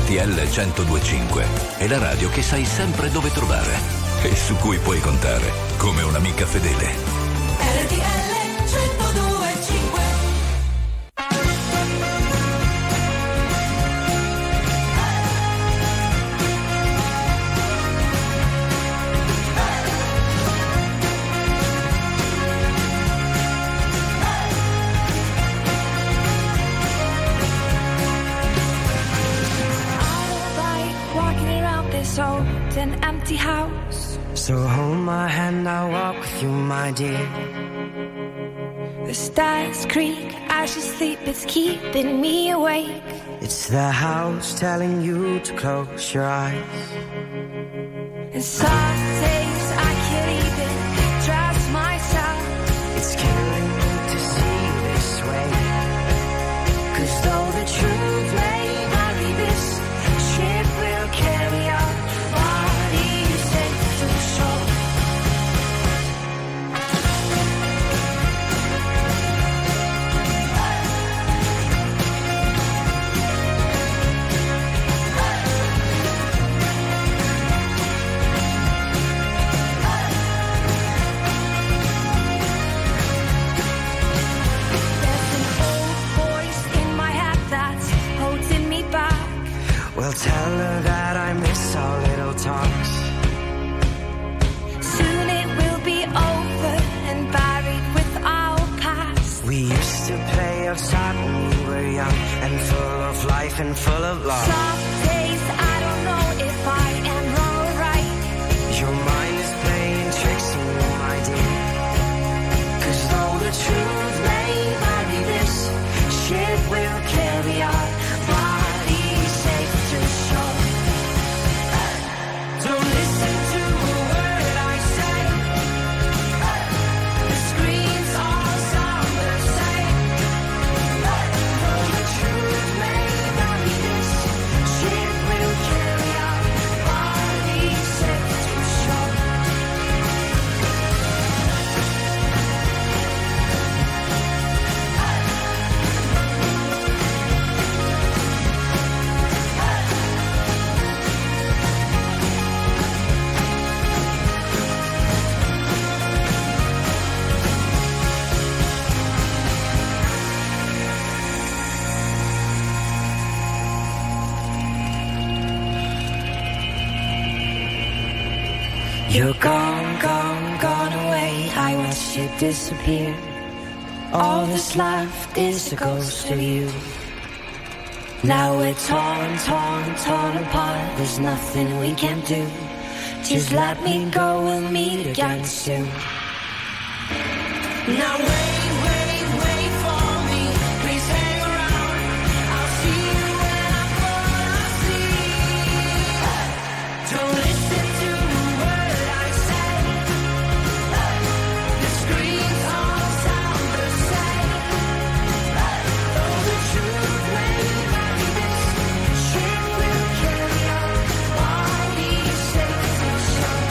R T L centodue e cinque è la radio che sai sempre dove trovare e su cui puoi contare come un'amica fedele. R T L centodue e cinque. Old and empty house. So hold my hand, I'll walk with you, my dear. The stars creak as you sleep, it's keeping me awake. It's the house telling you to close your eyes. And some days I can't even trust myself. It's killing me to see this way. 'Cause though the truth may vary, this ship will carry on. Well, tell her that I miss our little talks. Soon it will be over and buried with our past. We used to play outside when we were young and full of life and full of love. Some days I don't know if I am wrong or right. Your mind is playing tricks on you, my dear. 'Cause though the truth may vary, this ship will carry our bodies safe to shore. Don't listen to a word I say. The screens all sound the same. Though the truth may vary, this ship will carry our bodies safe to shore. You're gone, gone, gone away. I watched you disappear. All that's left is a ghost of you. Now we're torn, torn, torn apart. There's nothing we can do. Just let me go, we'll meet again soon. Now wait, wait, wait for me. Please hang around. I'll see you when I fall asleep. Don't listen to a word I say. The screens all sound the same. Though the truth may vary, this ship will carry our bodies safe to shore.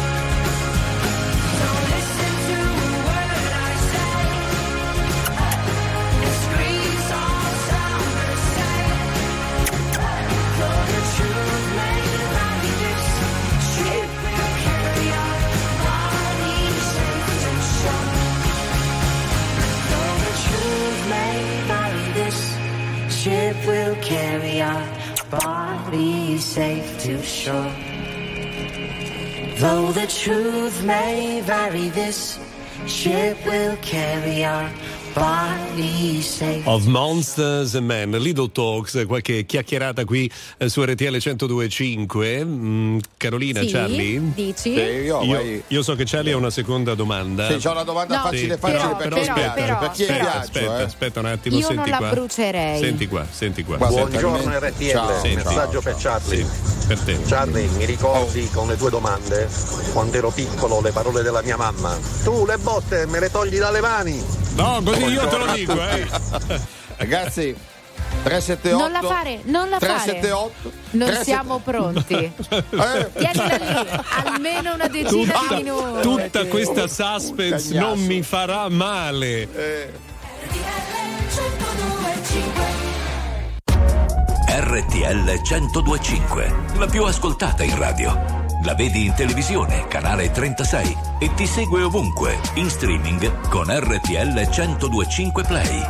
Don't listen to a word I say. The screens all sound the same. Though the truth may vary, this ship will carry our bodies safe to shore. Though the truth may vary, this ship will carry our bodies safe to shore. Though the truth may vary, this ship will carry our bodies safe. Of Monsters and Men, Little Talks, qualche chiacchierata qui eh, su R T L centodue e cinque. Mm, Carolina, Sì, Charlie? dici? Sì, io, Io, vai. io so che Charlie ha una seconda domanda. Sì, c'ho una domanda No, facile Sì, facile però, per però, chi aspetta, viaggia, per chi è in aspetta, viaggio, aspetta, eh. aspetta un attimo, Io senti non la qua. brucerei. Senti qua, senti qua. Buongiorno, Senti. R T L. Ciao, Senti. messaggio per Charlie. Sì, per te. Charlie, mi ricordi con le tue domande? Quando ero piccolo, le parole della mia mamma. Tu le botte me le togli dalle mani. No, così io te lo dico, eh. Ragazzi, tre sette otto Non la fare, non la tre fare. sette otto Non tre siamo pronti. Eh. Tienila lì, almeno una decina Tutta, di minuti. tutta questa suspense non mi farà male. Eh. R T L centodue e cinque, la più ascoltata in radio. La vedi in televisione, canale trentasei, e ti segue ovunque, in streaming con R T L centodue e cinque Play.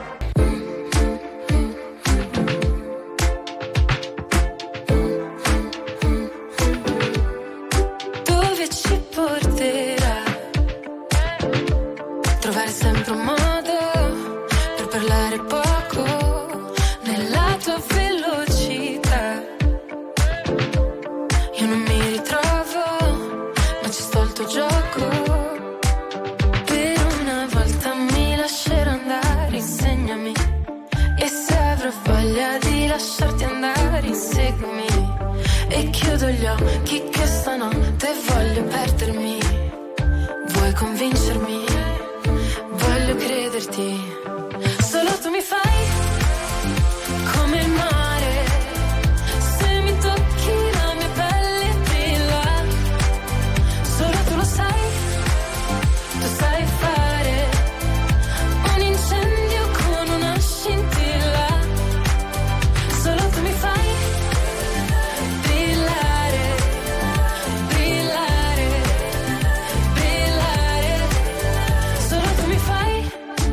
Dove ci porterà? Trovare sempre un modo per parlare poco nella tua velocità. Io non mi ritrovo, ma ci sto al tuo gioco. Per una volta mi lascerò andare, insegnami. E se avrò voglia di lasciarti andare, inseguimi. E chiudo gli occhi che stanotte voglio perdermi. Vuoi convincermi? Voglio crederti. Solo tu mi fai come il mare. Se mi tocchi la mia pelle brilla. Solo tu lo sai. Tu sai fare un incendio con una scintilla. Solo tu mi fai brillare, brillare, brillare. Solo tu mi fai.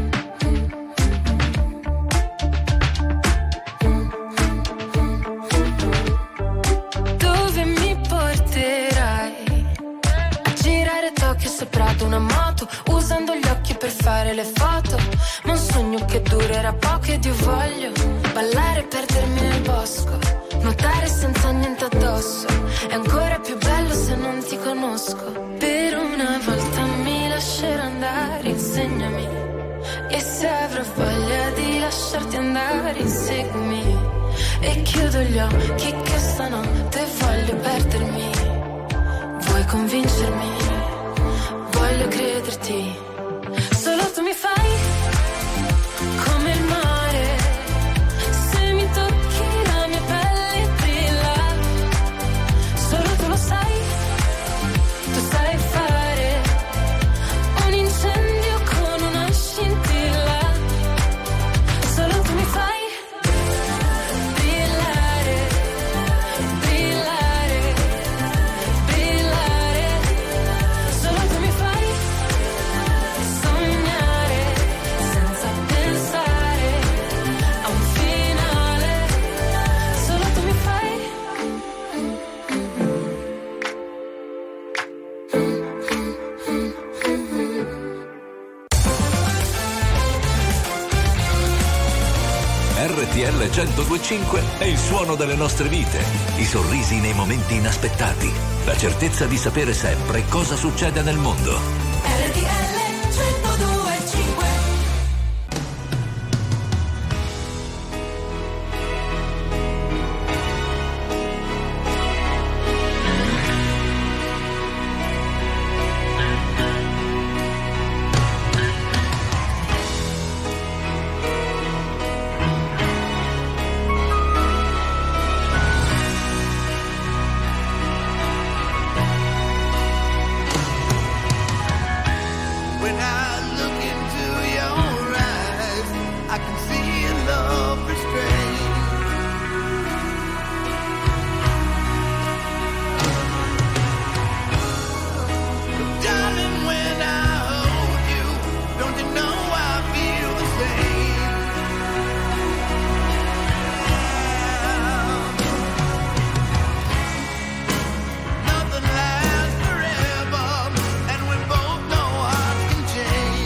Dove mi porterai? A girare Tokyo sopra ad una moto, usando gli occhi per fare le foto. Ma un sogno che durerà poco ed io voglio ballare e perdermi nel bosco, nuotare senza niente addosso. È ancora più bello se non ti conosco. Per una volta mi lascerò andare, insegnami. E se avrò voglia di lasciarti andare, inseguimi. E chiudo gli occhi che stanotte voglio perdermi. Vuoi convincermi? Voglio crederti. Solo tu mi fai come il mare. Se mi tocchi la mia pelle brilla. Solo tu lo sai. Tu sai fare un incendio con una scintilla. Solo tu mi fai brillare, brillare, brillare. Solo tu mi fai sognare senza pensare a un finale. Solo tu mi fai. R T L centodue e cinque è il suono delle nostre vite, i sorrisi nei momenti inaspettati, la certezza di sapere sempre cosa succede nel mondo. R T L centodue e cinque. When I look into your eyes, I can see a love restrained. Darling, when I hold you, don't you know I feel the same? Nothing lasts forever, and we both know hearts can change.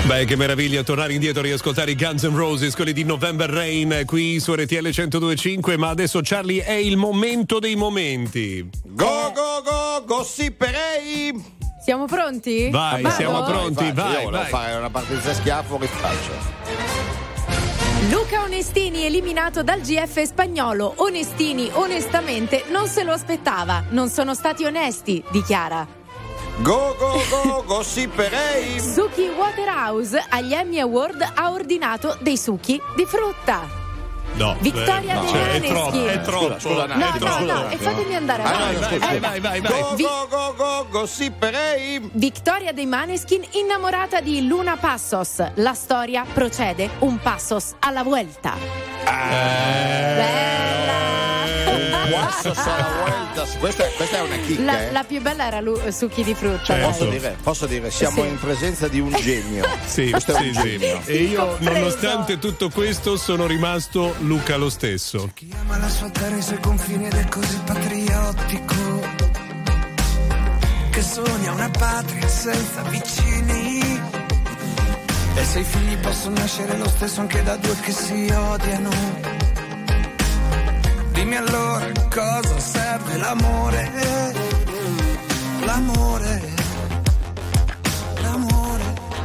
Beh, che meraviglia tornare indietro a riascoltare i Guns N' Roses, quelli di November Rain qui su R T L centodue e cinque. Ma adesso, Charlie, è il momento dei momenti. Go go go gossiperei. Siamo pronti? Vai, Vado? siamo pronti, vai, Io volevo vai. fare una partita a schiaffo, che faccio? Luca Onestini eliminato dal G F spagnolo. Onestini onestamente non se lo aspettava. Non sono stati onesti, dichiara. Go go go gossiperei. Suki Waterhouse agli Emmy Award ha ordinato dei succhi di frutta. No, Vittoria eh, dei cioè, è Maneskin. troppo, è troppo. Scusa, No, è no, troppo. no, e fatemi andare Ah, no, avanti. no, scusa, Eh, vai, vai, vai. Go Vi- go go go gossiperei. Vittoria dei Maneskin innamorata di Luna Passos. La storia procede un passos alla vuelta. Guasso sarà vuelta. Questa, questa è una chicca. La, eh. la più bella era lu- succhi di frutta. Certo. Posso dire, posso dire, siamo Sì. in presenza di un genio. Sì, Questo è sì, un sì. genio. E io, Compreso. nonostante tutto questo, sono rimasto Luca lo stesso. Chi ama la sua terra e i suoi confini ed è così patriottico che sogna una patria senza vicini. E se i figli possono nascere lo stesso anche da due che si odiano. Dimmi allora cosa serve l'amore. L'amore. L'amore.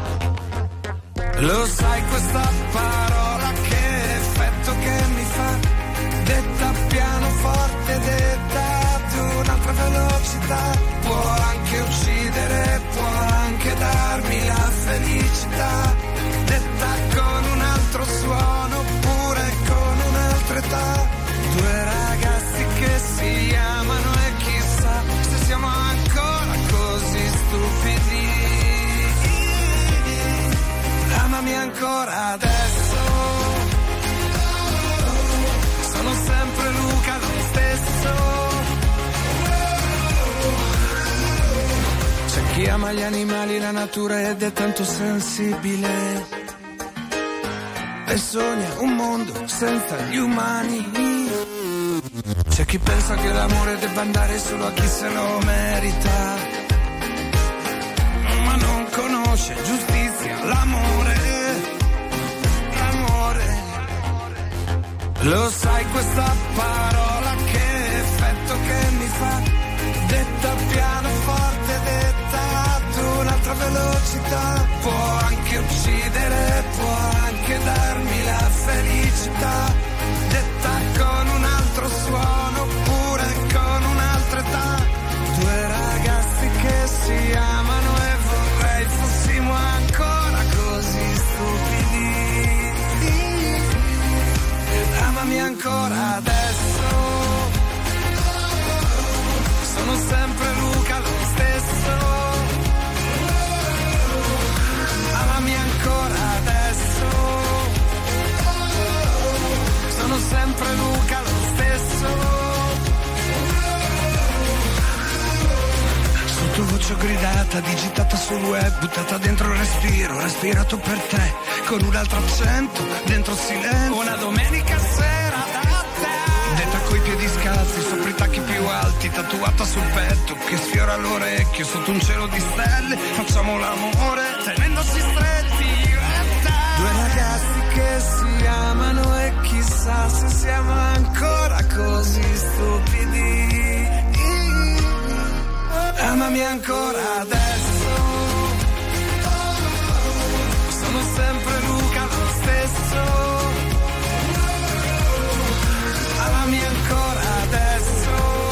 Lo sai questa parola che effetto che mi fa? Detta pianoforte, detta ad un'altra velocità. Può anche uccidere, può anche darmi la felicità. Detta con un altro suono, oppure con un'altra età. Due ragazzi che si amano e chissà se siamo ancora così stupidi. Amami ancora adesso. Sono sempre Luca lo stesso. C'è chi ama gli animali, la natura ed è tanto sensibile e sogna un mondo senza gli umani. C'è chi pensa che l'amore debba andare solo a chi se lo merita, ma non conosce giustizia, l'amore, l'amore. Lo sai questa parola che effetto che mi fa? Detta pianoforte, detta ad un'altra velocità. Può anche uccidere, può anche darmi la felicità. Detta con un altro suono, oppure con un'altra età. Due ragazzi che si amano e vorrei fossimo ancora così stupidi. Amami ancora adesso. Sono sempre Luca lo stesso. Amami ancora adesso. Sono sempre Luca lo stesso. Sottovoce gridata, digitata sul web, buttata dentro il respiro, respirato per te, con un altro accento, dentro il silenzio. Una domenica sera da te. Detta coi piedi scalzi, sopra i tacchi più alti, tatuata sul petto, che sfiora l'orecchio, sotto un cielo di stelle, facciamo l'amore, tenendosi stretti. Due ragazzi che si amano e chissà se siamo ancora così stupidi. Amami ancora adesso. Sono sempre Luca lo stesso. Amami ancora adesso.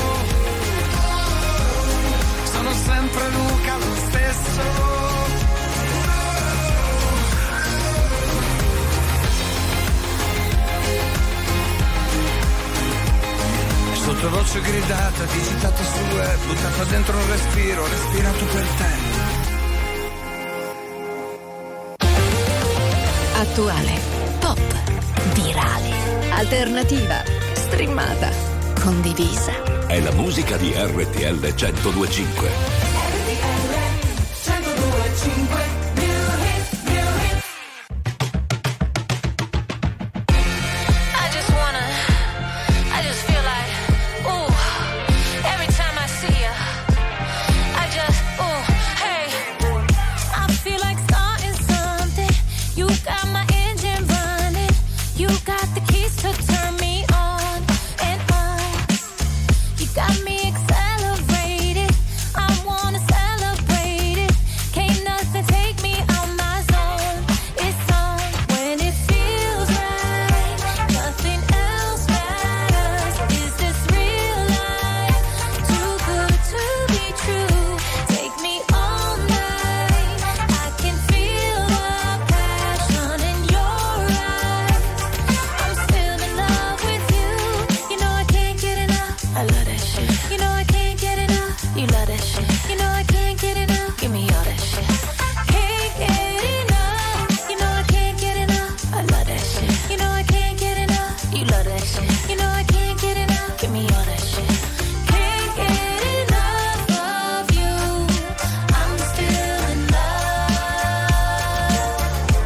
Sono sempre Luca lo stesso. Sottovoce gridata, digitata sul web, buttata dentro un respiro, respirato per te. Attuale, pop, virale, alternativa, streamata, condivisa. È la musica di R T L centodue e cinque. I feel like starting something. to turn me on and on. You got me accelerated. I wanna celebrate it. Can't nothing take me out my zone. It's on when it feels right. Nothing else matters. Is this real life? Too good to be true. Take me all night. I can feel the passion in your eyes. I'm still in love with you. You know I can't get enough. I love that shit. You know I can't get enough. You love that shit. You know I can't get enough. Give me all that shit. Can't get enough. You know I can't get enough. I love that shit. You know I can't get enough. You love that shit. You know I can't get enough. Give me all that shit. Can't get enough of you. I'm still in love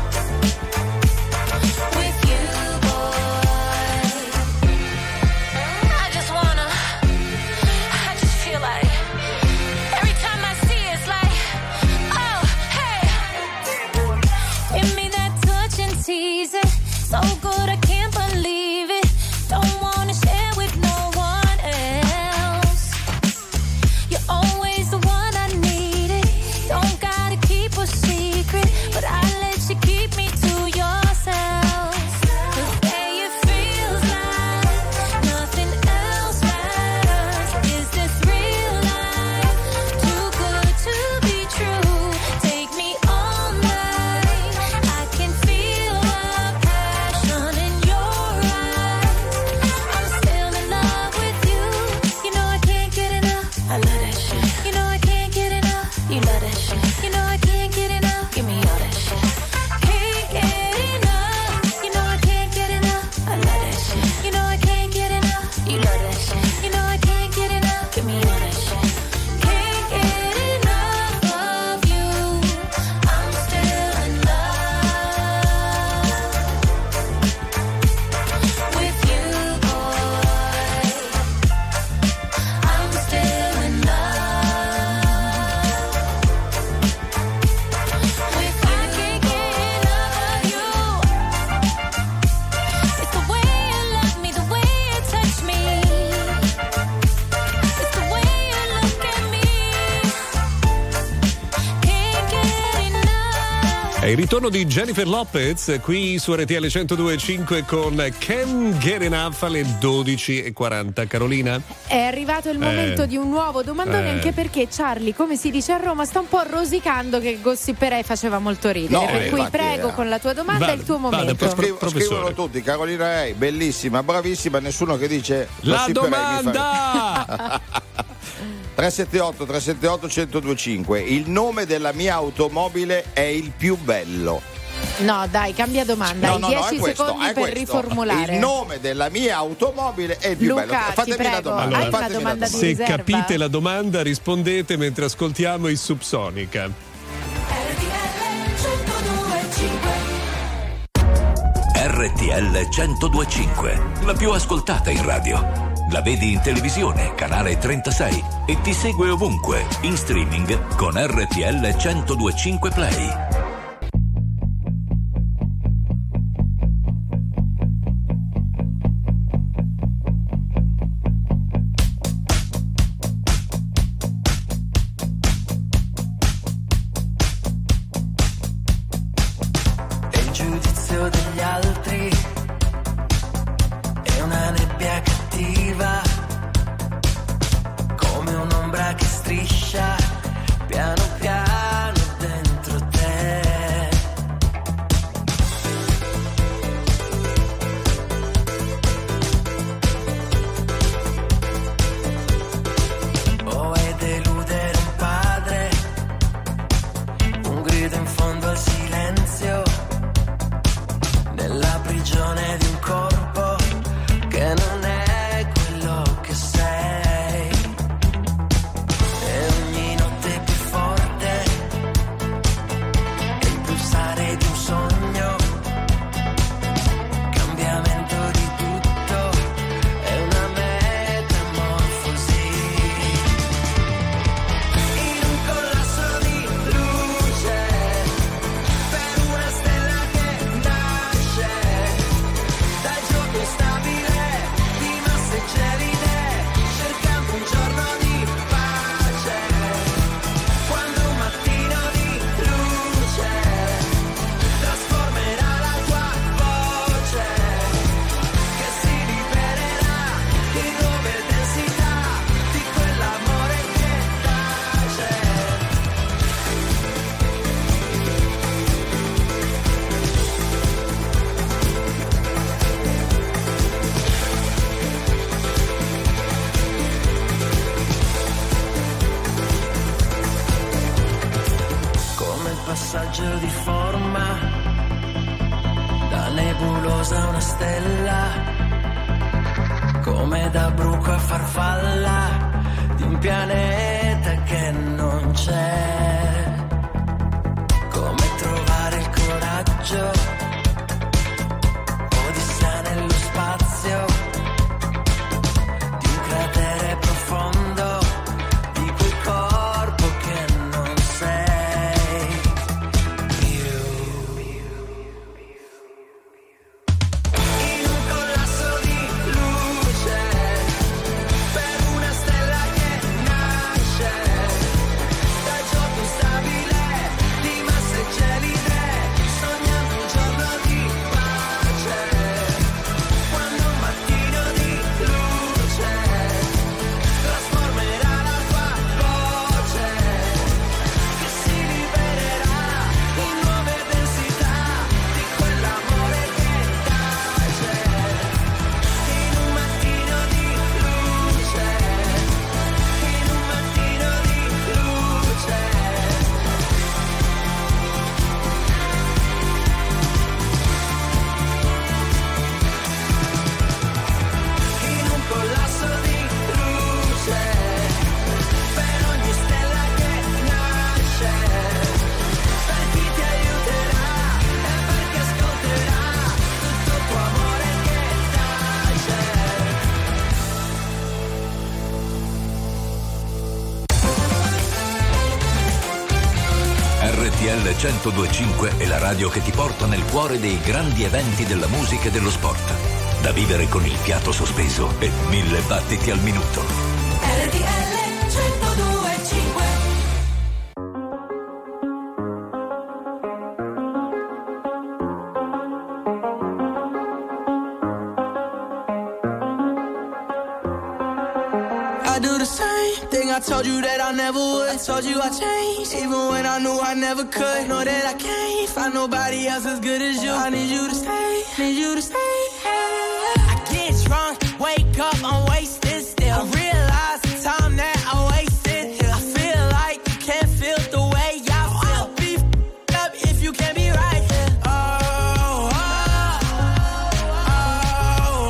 with you, boy. I just wanna, I just feel like every time I see it, it's like, oh, hey. Give me that touch and tease it. So good, I can't believe it. Don't wanna share with no one else. You're always the one I needed. Don't gotta keep a secret, but I let you keep me to yourself. 'Cause babe, it feels like nothing else matters. Is this real life? Too good to be true. Take me all night. I can feel the passion in your eyes. I'm still in love with you. You know I can't get enough. I love that shit. You know I can't get enough. You love that shit. You know I can't get enough. Give me all that shit. Can't get enough. You know I can't get enough. I love that shit. You know I can't get enough. You love that shit. You know I can't get enough. Give me all that shit. Can't get enough of you. I'm still in love with you, boy. I'm still in love with you. I can't get enough of you. It's the way you love me, the way you touch me. It's the way you look at me. Can't get enough. È il ritorno di Jennifer Lopez qui su R T L centodue e cinque con Can't Get Enough alle dodici e quaranta. Carolina? È arrivato il momento Eh. di un nuovo domandone, Eh. anche perché Charlie, come si dice a Roma, sta un po' rosicando che Gossiperei faceva molto ridere. No, per eh, cui infatti, prego eh. con la tua domanda Vada, è il tuo vada, momento. pro- Scrivo- professore. scrivono tutti, Carolina Rei, bellissima, bravissima, nessuno che dice La Gossiperei mi fa- domanda! tre sette otto tre sette otto uno zero due cinque. Il nome della mia automobile è il più bello. No, dai, cambia domanda. No, Hai no, no, dieci è questo, secondi è per questo. riformulare. Il nome della mia automobile è il più Luca, bello. ti Fatemi la prego, domanda. hai una fatemi la domanda di Se riserva? capite la domanda, rispondete mentre ascoltiamo il Subsonica. R T L centodue e cinque, la più ascoltata in radio. La vedi in televisione, canale trentasei, e ti segue ovunque, in streaming con R T L centodue e cinque Play. E il giudizio degli altri è una nebbia cattiva, come un'ombra che striscia piano piano dentro te. raggio di forma, da nebulosa una stella, come da bruco a farfalla di un pianeta che non c'è. Come trovare il coraggio, odissea nello spazio, di un cratere profondo, di quel corpo che non sei più. In un collasso di luce, per una stella che nasce dal gioco instabile di masse gelide, sognando un giorno di pace, quando un mattino di luce trasformerà la tua voce, che si libererà in nuove densità di quell'amore che tace. In un mattino di luce, in un mattino di luce. In un collasso di luce, per ogni stella che nasce, per chi ti aiuterà e per chi ascolterà tutto il tuo amore che tace. R T L centodue e cinque è la radio che ti porta nel cuore dei grandi eventi della musica e dello sport. Da vivere con il fiato sospeso e mille battiti al minuto. R T L centodue e cinque. I do the same thing I told you that I never would. I told you I changed, even when I knew I never could. Know that I can't find nobody else as good as you. I need you to stay, need you to stay. I get drunk, wake up, I'm wasted still. I realize the time that I wasted here. I feel like you can't feel the way I feel. I'll be f***ed up if you can't be right here. Oh, oh, oh, oh,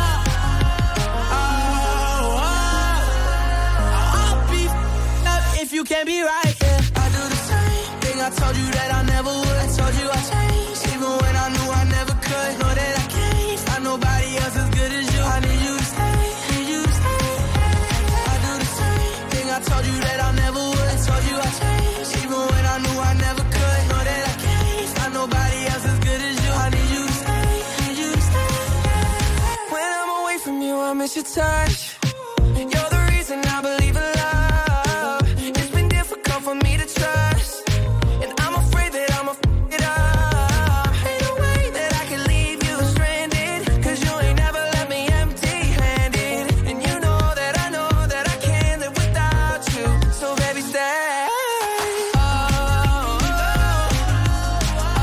oh, oh. I'll be f***ed up if you can't be right here. I do the same thing I told you that I never would. I told you I changed, even when I knew I never could. Know that I can't find nobody else as good as you. I need you to stay, need you to stay. I do the same thing I told you that I never would. I told you I changed, even when I knew I never could. Know that I can't find nobody else as good as you. I need you to stay, need you to stay. When I'm away from you, I miss your touch. You're the reason I believe in love. It's been difficult for me to trust, and I'm afraid that I'ma f*** it up. Ain't no way that I can leave you stranded, 'cause you ain't never left me empty-handed. And you know that I know that I can't live without you. So baby, stay. Oh, oh, oh,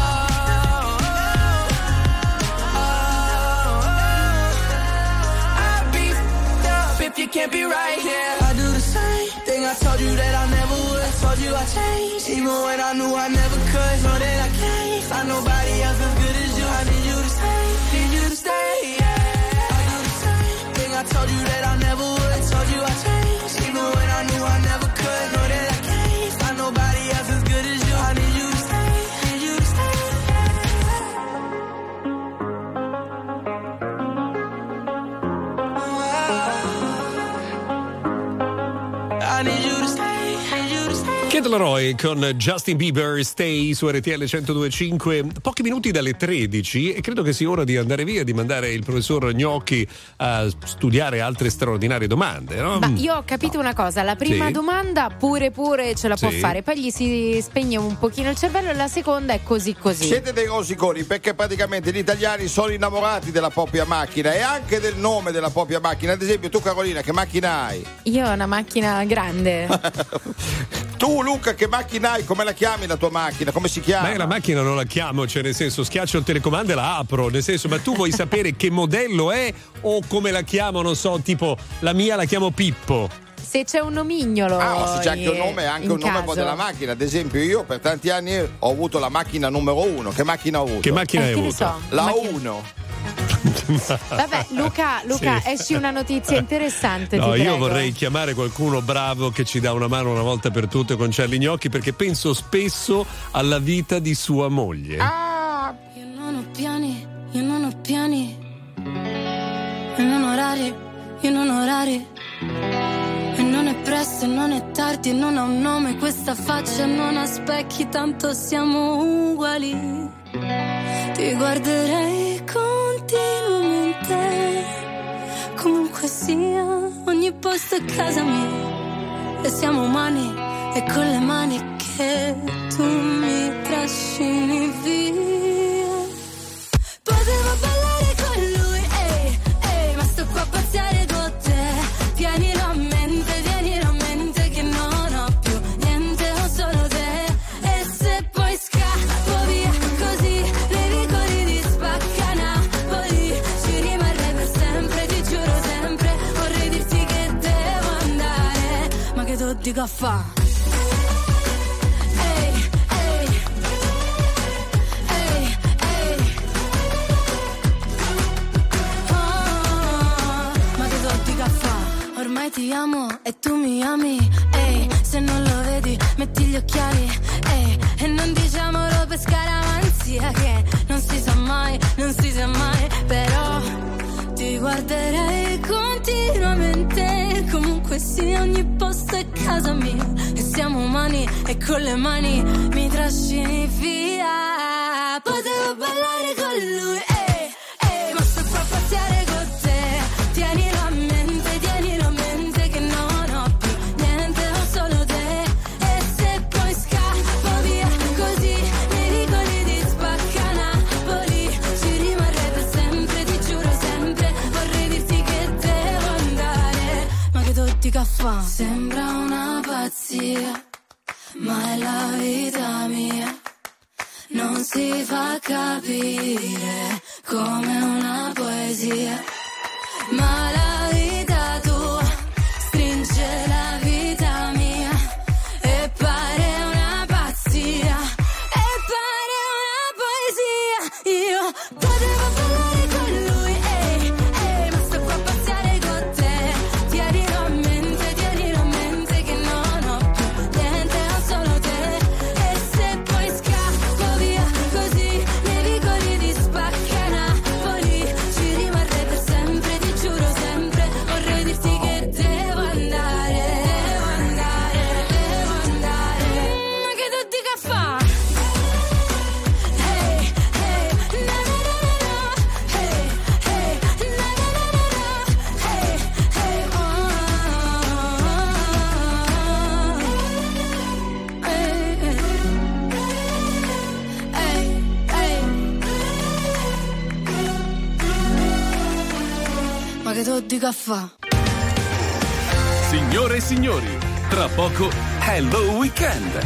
oh, oh. I'd be f***ed up if you can't be right here. I do the same thing I told you that I never would. I told you I changed, even when I knew I never could. Know that I can't find nobody else as good as you. I need you to stay, need you to stay, yeah. I do the same thing I told you that I never would. I told you I changed, even when I knew I never could. Know that I can't find nobody else as good as you. I need you to stay, need you to stay. I need you to stay, need you to stay. Kid Laroi con Justin Bieber, Stay su R T L centodue e cinque, pochi minuti dalle tredici, e credo che sia ora di andare via, di mandare il professor Gnocchi a studiare altre straordinarie domande, no? Ma io ho capito una cosa, la prima Sì. domanda pure pure ce la può Sì. fare, poi gli si spegne un pochino il cervello, e la seconda è così così. Siete dei rosiconi, perché praticamente gli italiani sono innamorati della propria macchina e anche del nome della propria macchina. Ad esempio, tu Carolina, che macchina hai? Io ho una macchina grande. Tu Luca, che macchina hai? Come la chiami la tua macchina? Come si chiama? Ma io la macchina non la chiamo, cioè nel senso schiaccio il telecomando e la apro, nel senso, ma tu vuoi sapere che modello è o come la chiamo, non so, tipo la mia la chiamo Pippo? se c'è un nomignolo. Ah, se c'è anche un eh, nome, anche in un nome caso. poi della macchina. Ad esempio, io per tanti anni ho avuto la macchina numero uno. Che macchina ho avuto? Che macchina Eh, hai che ne avuto? so. La Macchina- uno. Vabbè, Luca, Luca, Sì. esci una notizia interessante. No, ti io prego. vorrei chiamare qualcuno bravo che ci dà una mano una volta per tutte con Charlie Gnocchi, perché penso spesso alla vita di sua moglie. Io non ho piani, io non ho piani. E non orari, io non ho orari. E non è presto e non è tardi e non ha un nome questa faccia, non ha specchi, tanto siamo uguali. Ti guarderei continuamente, comunque sia, ogni posto è casa mia. E siamo umani e con le mani che tu mi trascini via. Potevo ballare con lui, ehi, ehi, ma sto qua a pazziare con te. Tienilo a mente, tienilo a mente che non ho più niente, ho solo te. E se poi scappo via così, nei vicoli di Spacca Napoli, ci rimarrei per sempre, ti giuro sempre. Vorrei dirti che devo andare, ma che tu dico a fa'? Ormai ti amo e tu mi ami, ehi, se non lo vedi metti gli occhiali, ehi, e non diciamolo per scaramanzia che non si sa mai, non si sa mai, però ti guarderei continuamente, comunque sia ogni posto è casa mia, e siamo umani e con le mani mi trascini via. Potevo ballare con lui, ehi, ehi, ma sto qua a pazziare con te, tienilo a mente, tienilo a mente che non ho più niente, ho solo te. E se poi scappo via così, nei vicoli di Spacca Napoli, ci rimarrei per sempre, ti giuro sempre. Vorrei dirti che devo andare, ma che tu dica fa'? Sembra una pazzia, ma è la vita mia. Non si fa capire come una poesia, ma la vita tua stringe la vita mia e pare una pazzia, e pare una poesia. Io potevo ballare con lui, ehi, ehi, ma sto qua a pazziare con te. Tienilo a mente, tienilo a mente che non ho più niente, ho solo te. E se poi scappo via così, nei vicoli di Spacca Napoli, ci rimarrei per sempre, ti giuro sempre. Vorrei dirti che devo andare, devo andare, devo andare, ma che tu dica fa'? Hey, hey, na na na na na, hey, hey, na na na na na, hey, hey, oh, hey, hey, hey, ma che tu dica fa'? Signore e signori, tra poco Hello Weekend.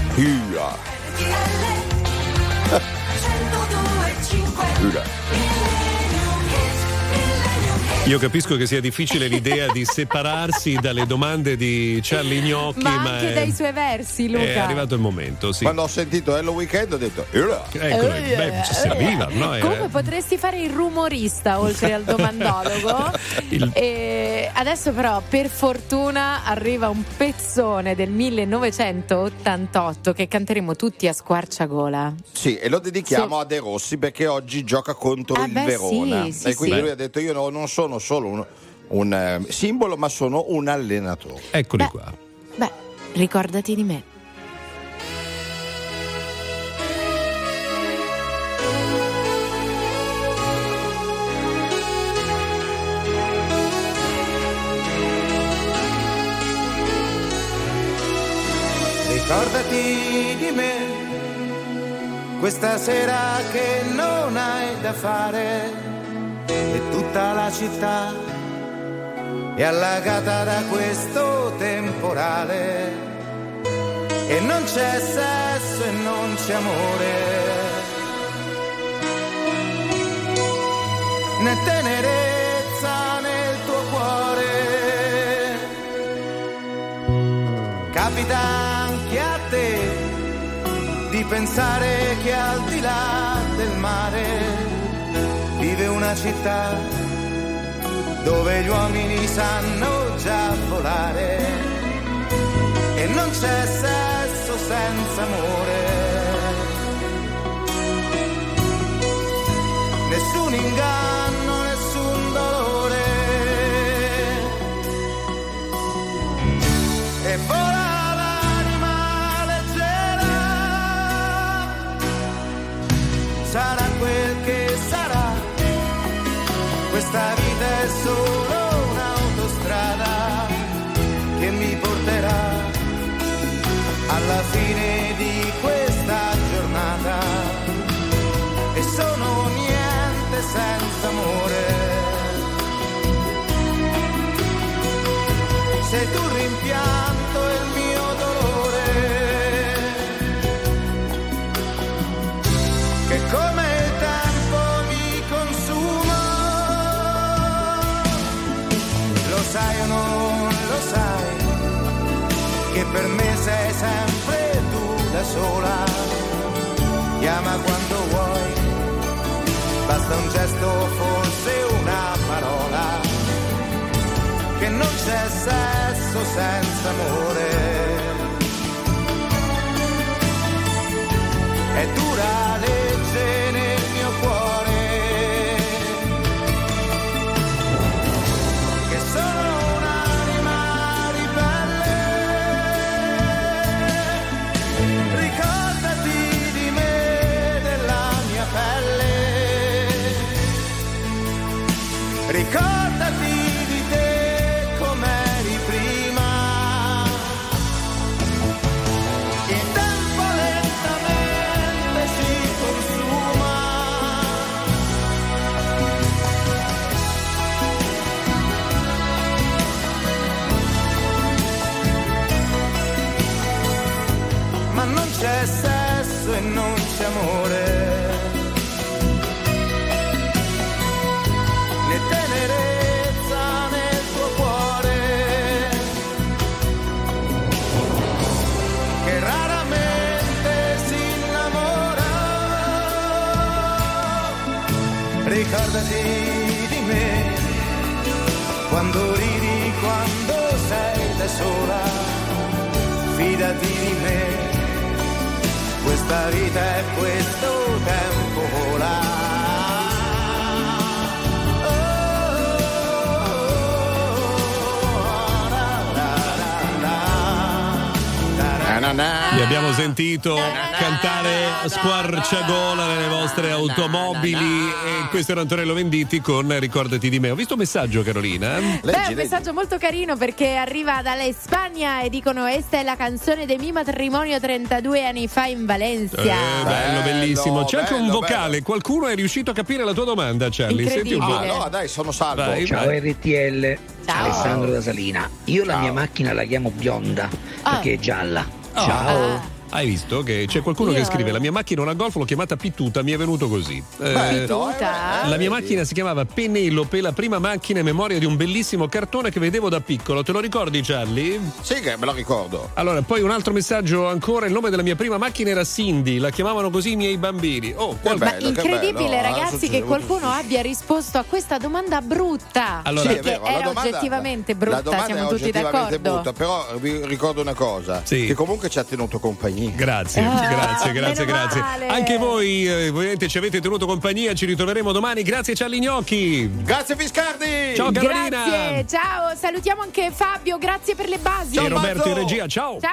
Io capisco che sia difficile l'idea di separarsi dalle domande di Charlie Gnocchi, Ma ma, anche è, dai suoi versi, Luca. è arrivato il momento, sì. Quando ho sentito Hello Weekend ho detto Ula. Eccolo, Eh, beh, ci serviva, no? Eh, Come potresti fare il rumorista oltre al domandologo? Il- E adesso però per fortuna arriva un pezzone del millenovecentottantotto che canteremo tutti a squarciagola. Sì, e lo dedichiamo So- a De Rossi perché oggi gioca contro Ah, il beh, Verona. sì, sì, e quindi sì. lui ha detto io no- non sono solo un, un eh, simbolo, ma sono un allenatore. Eccoli Beh. qua. Beh, ricordati di me. Ricordati di me, questa sera che non hai da fare, e tutta la città è allagata da questo temporale, e non c'è sesso e non c'è amore, né tenerezza nel tuo cuore. capita anche a te di pensare che al di là del mare vive una città dove gli uomini sanno già volare e non c'è sesso senza amore, nessun inganno, nessun dolore, e vola l'anima leggera, sarà quel che sarà, questa vita è solo un'autostrada che mi porterà alla fine di questa giornata e sono niente senza amore. Sei tu il rimpianto e il mio dolore, che come il tempo mi consuma. Lo sai o non lo sai, che per me sei sempre tu da sola. Chiama quando vuoi, basta un gesto, forse una parola, che non c'è sesso senza amore. È dura legge nel mio cuore, che sono un'anima ribelle. Ricordati di me, della mia pelle. Ricordati di te com'eri prima. Il tempo lentamente si consuma. Ma non c'è sesso e non c'è amore, né tenerezza nel tuo cuore, che raramente si innamora. Ricordati di me, quando ridi, quando sei da sola. Fidati di me, questa vita è questo tempo vola. Vi abbiamo sentito cantare a squarciagola nelle vostre automobili e questo era Antonello Venditti con Ricordati di me. Ho visto un messaggio, Carolina. Leggi, Beh, un messaggio molto carino perché arriva dalla Spagna e dicono: questa è la canzone di mio matrimonio trentadue anni fa in Valencia. Eh, bello, bellissimo. C'è anche un vocale, bello. Qualcuno è riuscito a capire la tua domanda, Charlie? Senti un po'. Ah, no, dai, sono salvo. Vai, Ciao vai. R T L, Ciao. Alessandro da Salina. Io la Ciao. mia macchina la chiamo bionda perché è gialla. Oh. Ciao. Ah. Hai visto che c'è qualcuno Io- che scrive: la mia macchina una Golf l'ho chiamata Pittuta, mi è venuto così. Eh, Pittuta? la mia macchina si chiamava Penelope, la prima macchina in memoria di un bellissimo cartone che vedevo da piccolo. Te lo ricordi, Charlie? Sì, che me lo ricordo. Allora, poi un altro messaggio ancora: il nome della mia prima macchina era Cindy, la chiamavano così i miei bambini. Oh, qual- Ma incredibile, ragazzi, che qualcuno sì. abbia risposto a questa domanda brutta. Allora- Sì, è perché vero, la era domanda- oggettivamente La brutta, domanda siamo è tutti oggettivamente d'accordo. brutta, però vi ricordo una cosa, Sì. che comunque ci ha tenuto compagnia. Grazie, Ah, grazie, grazie, meno grazie. male. Anche voi, eh, ovviamente, ci avete tenuto compagnia. Ci ritroveremo domani. Grazie, Charlie Gnocchi. Grazie, Fiscardi. Ciao, Carolina. Grazie, ciao, salutiamo anche Fabio, grazie per le basi. E Roberto in regia. Ciao. Ciao.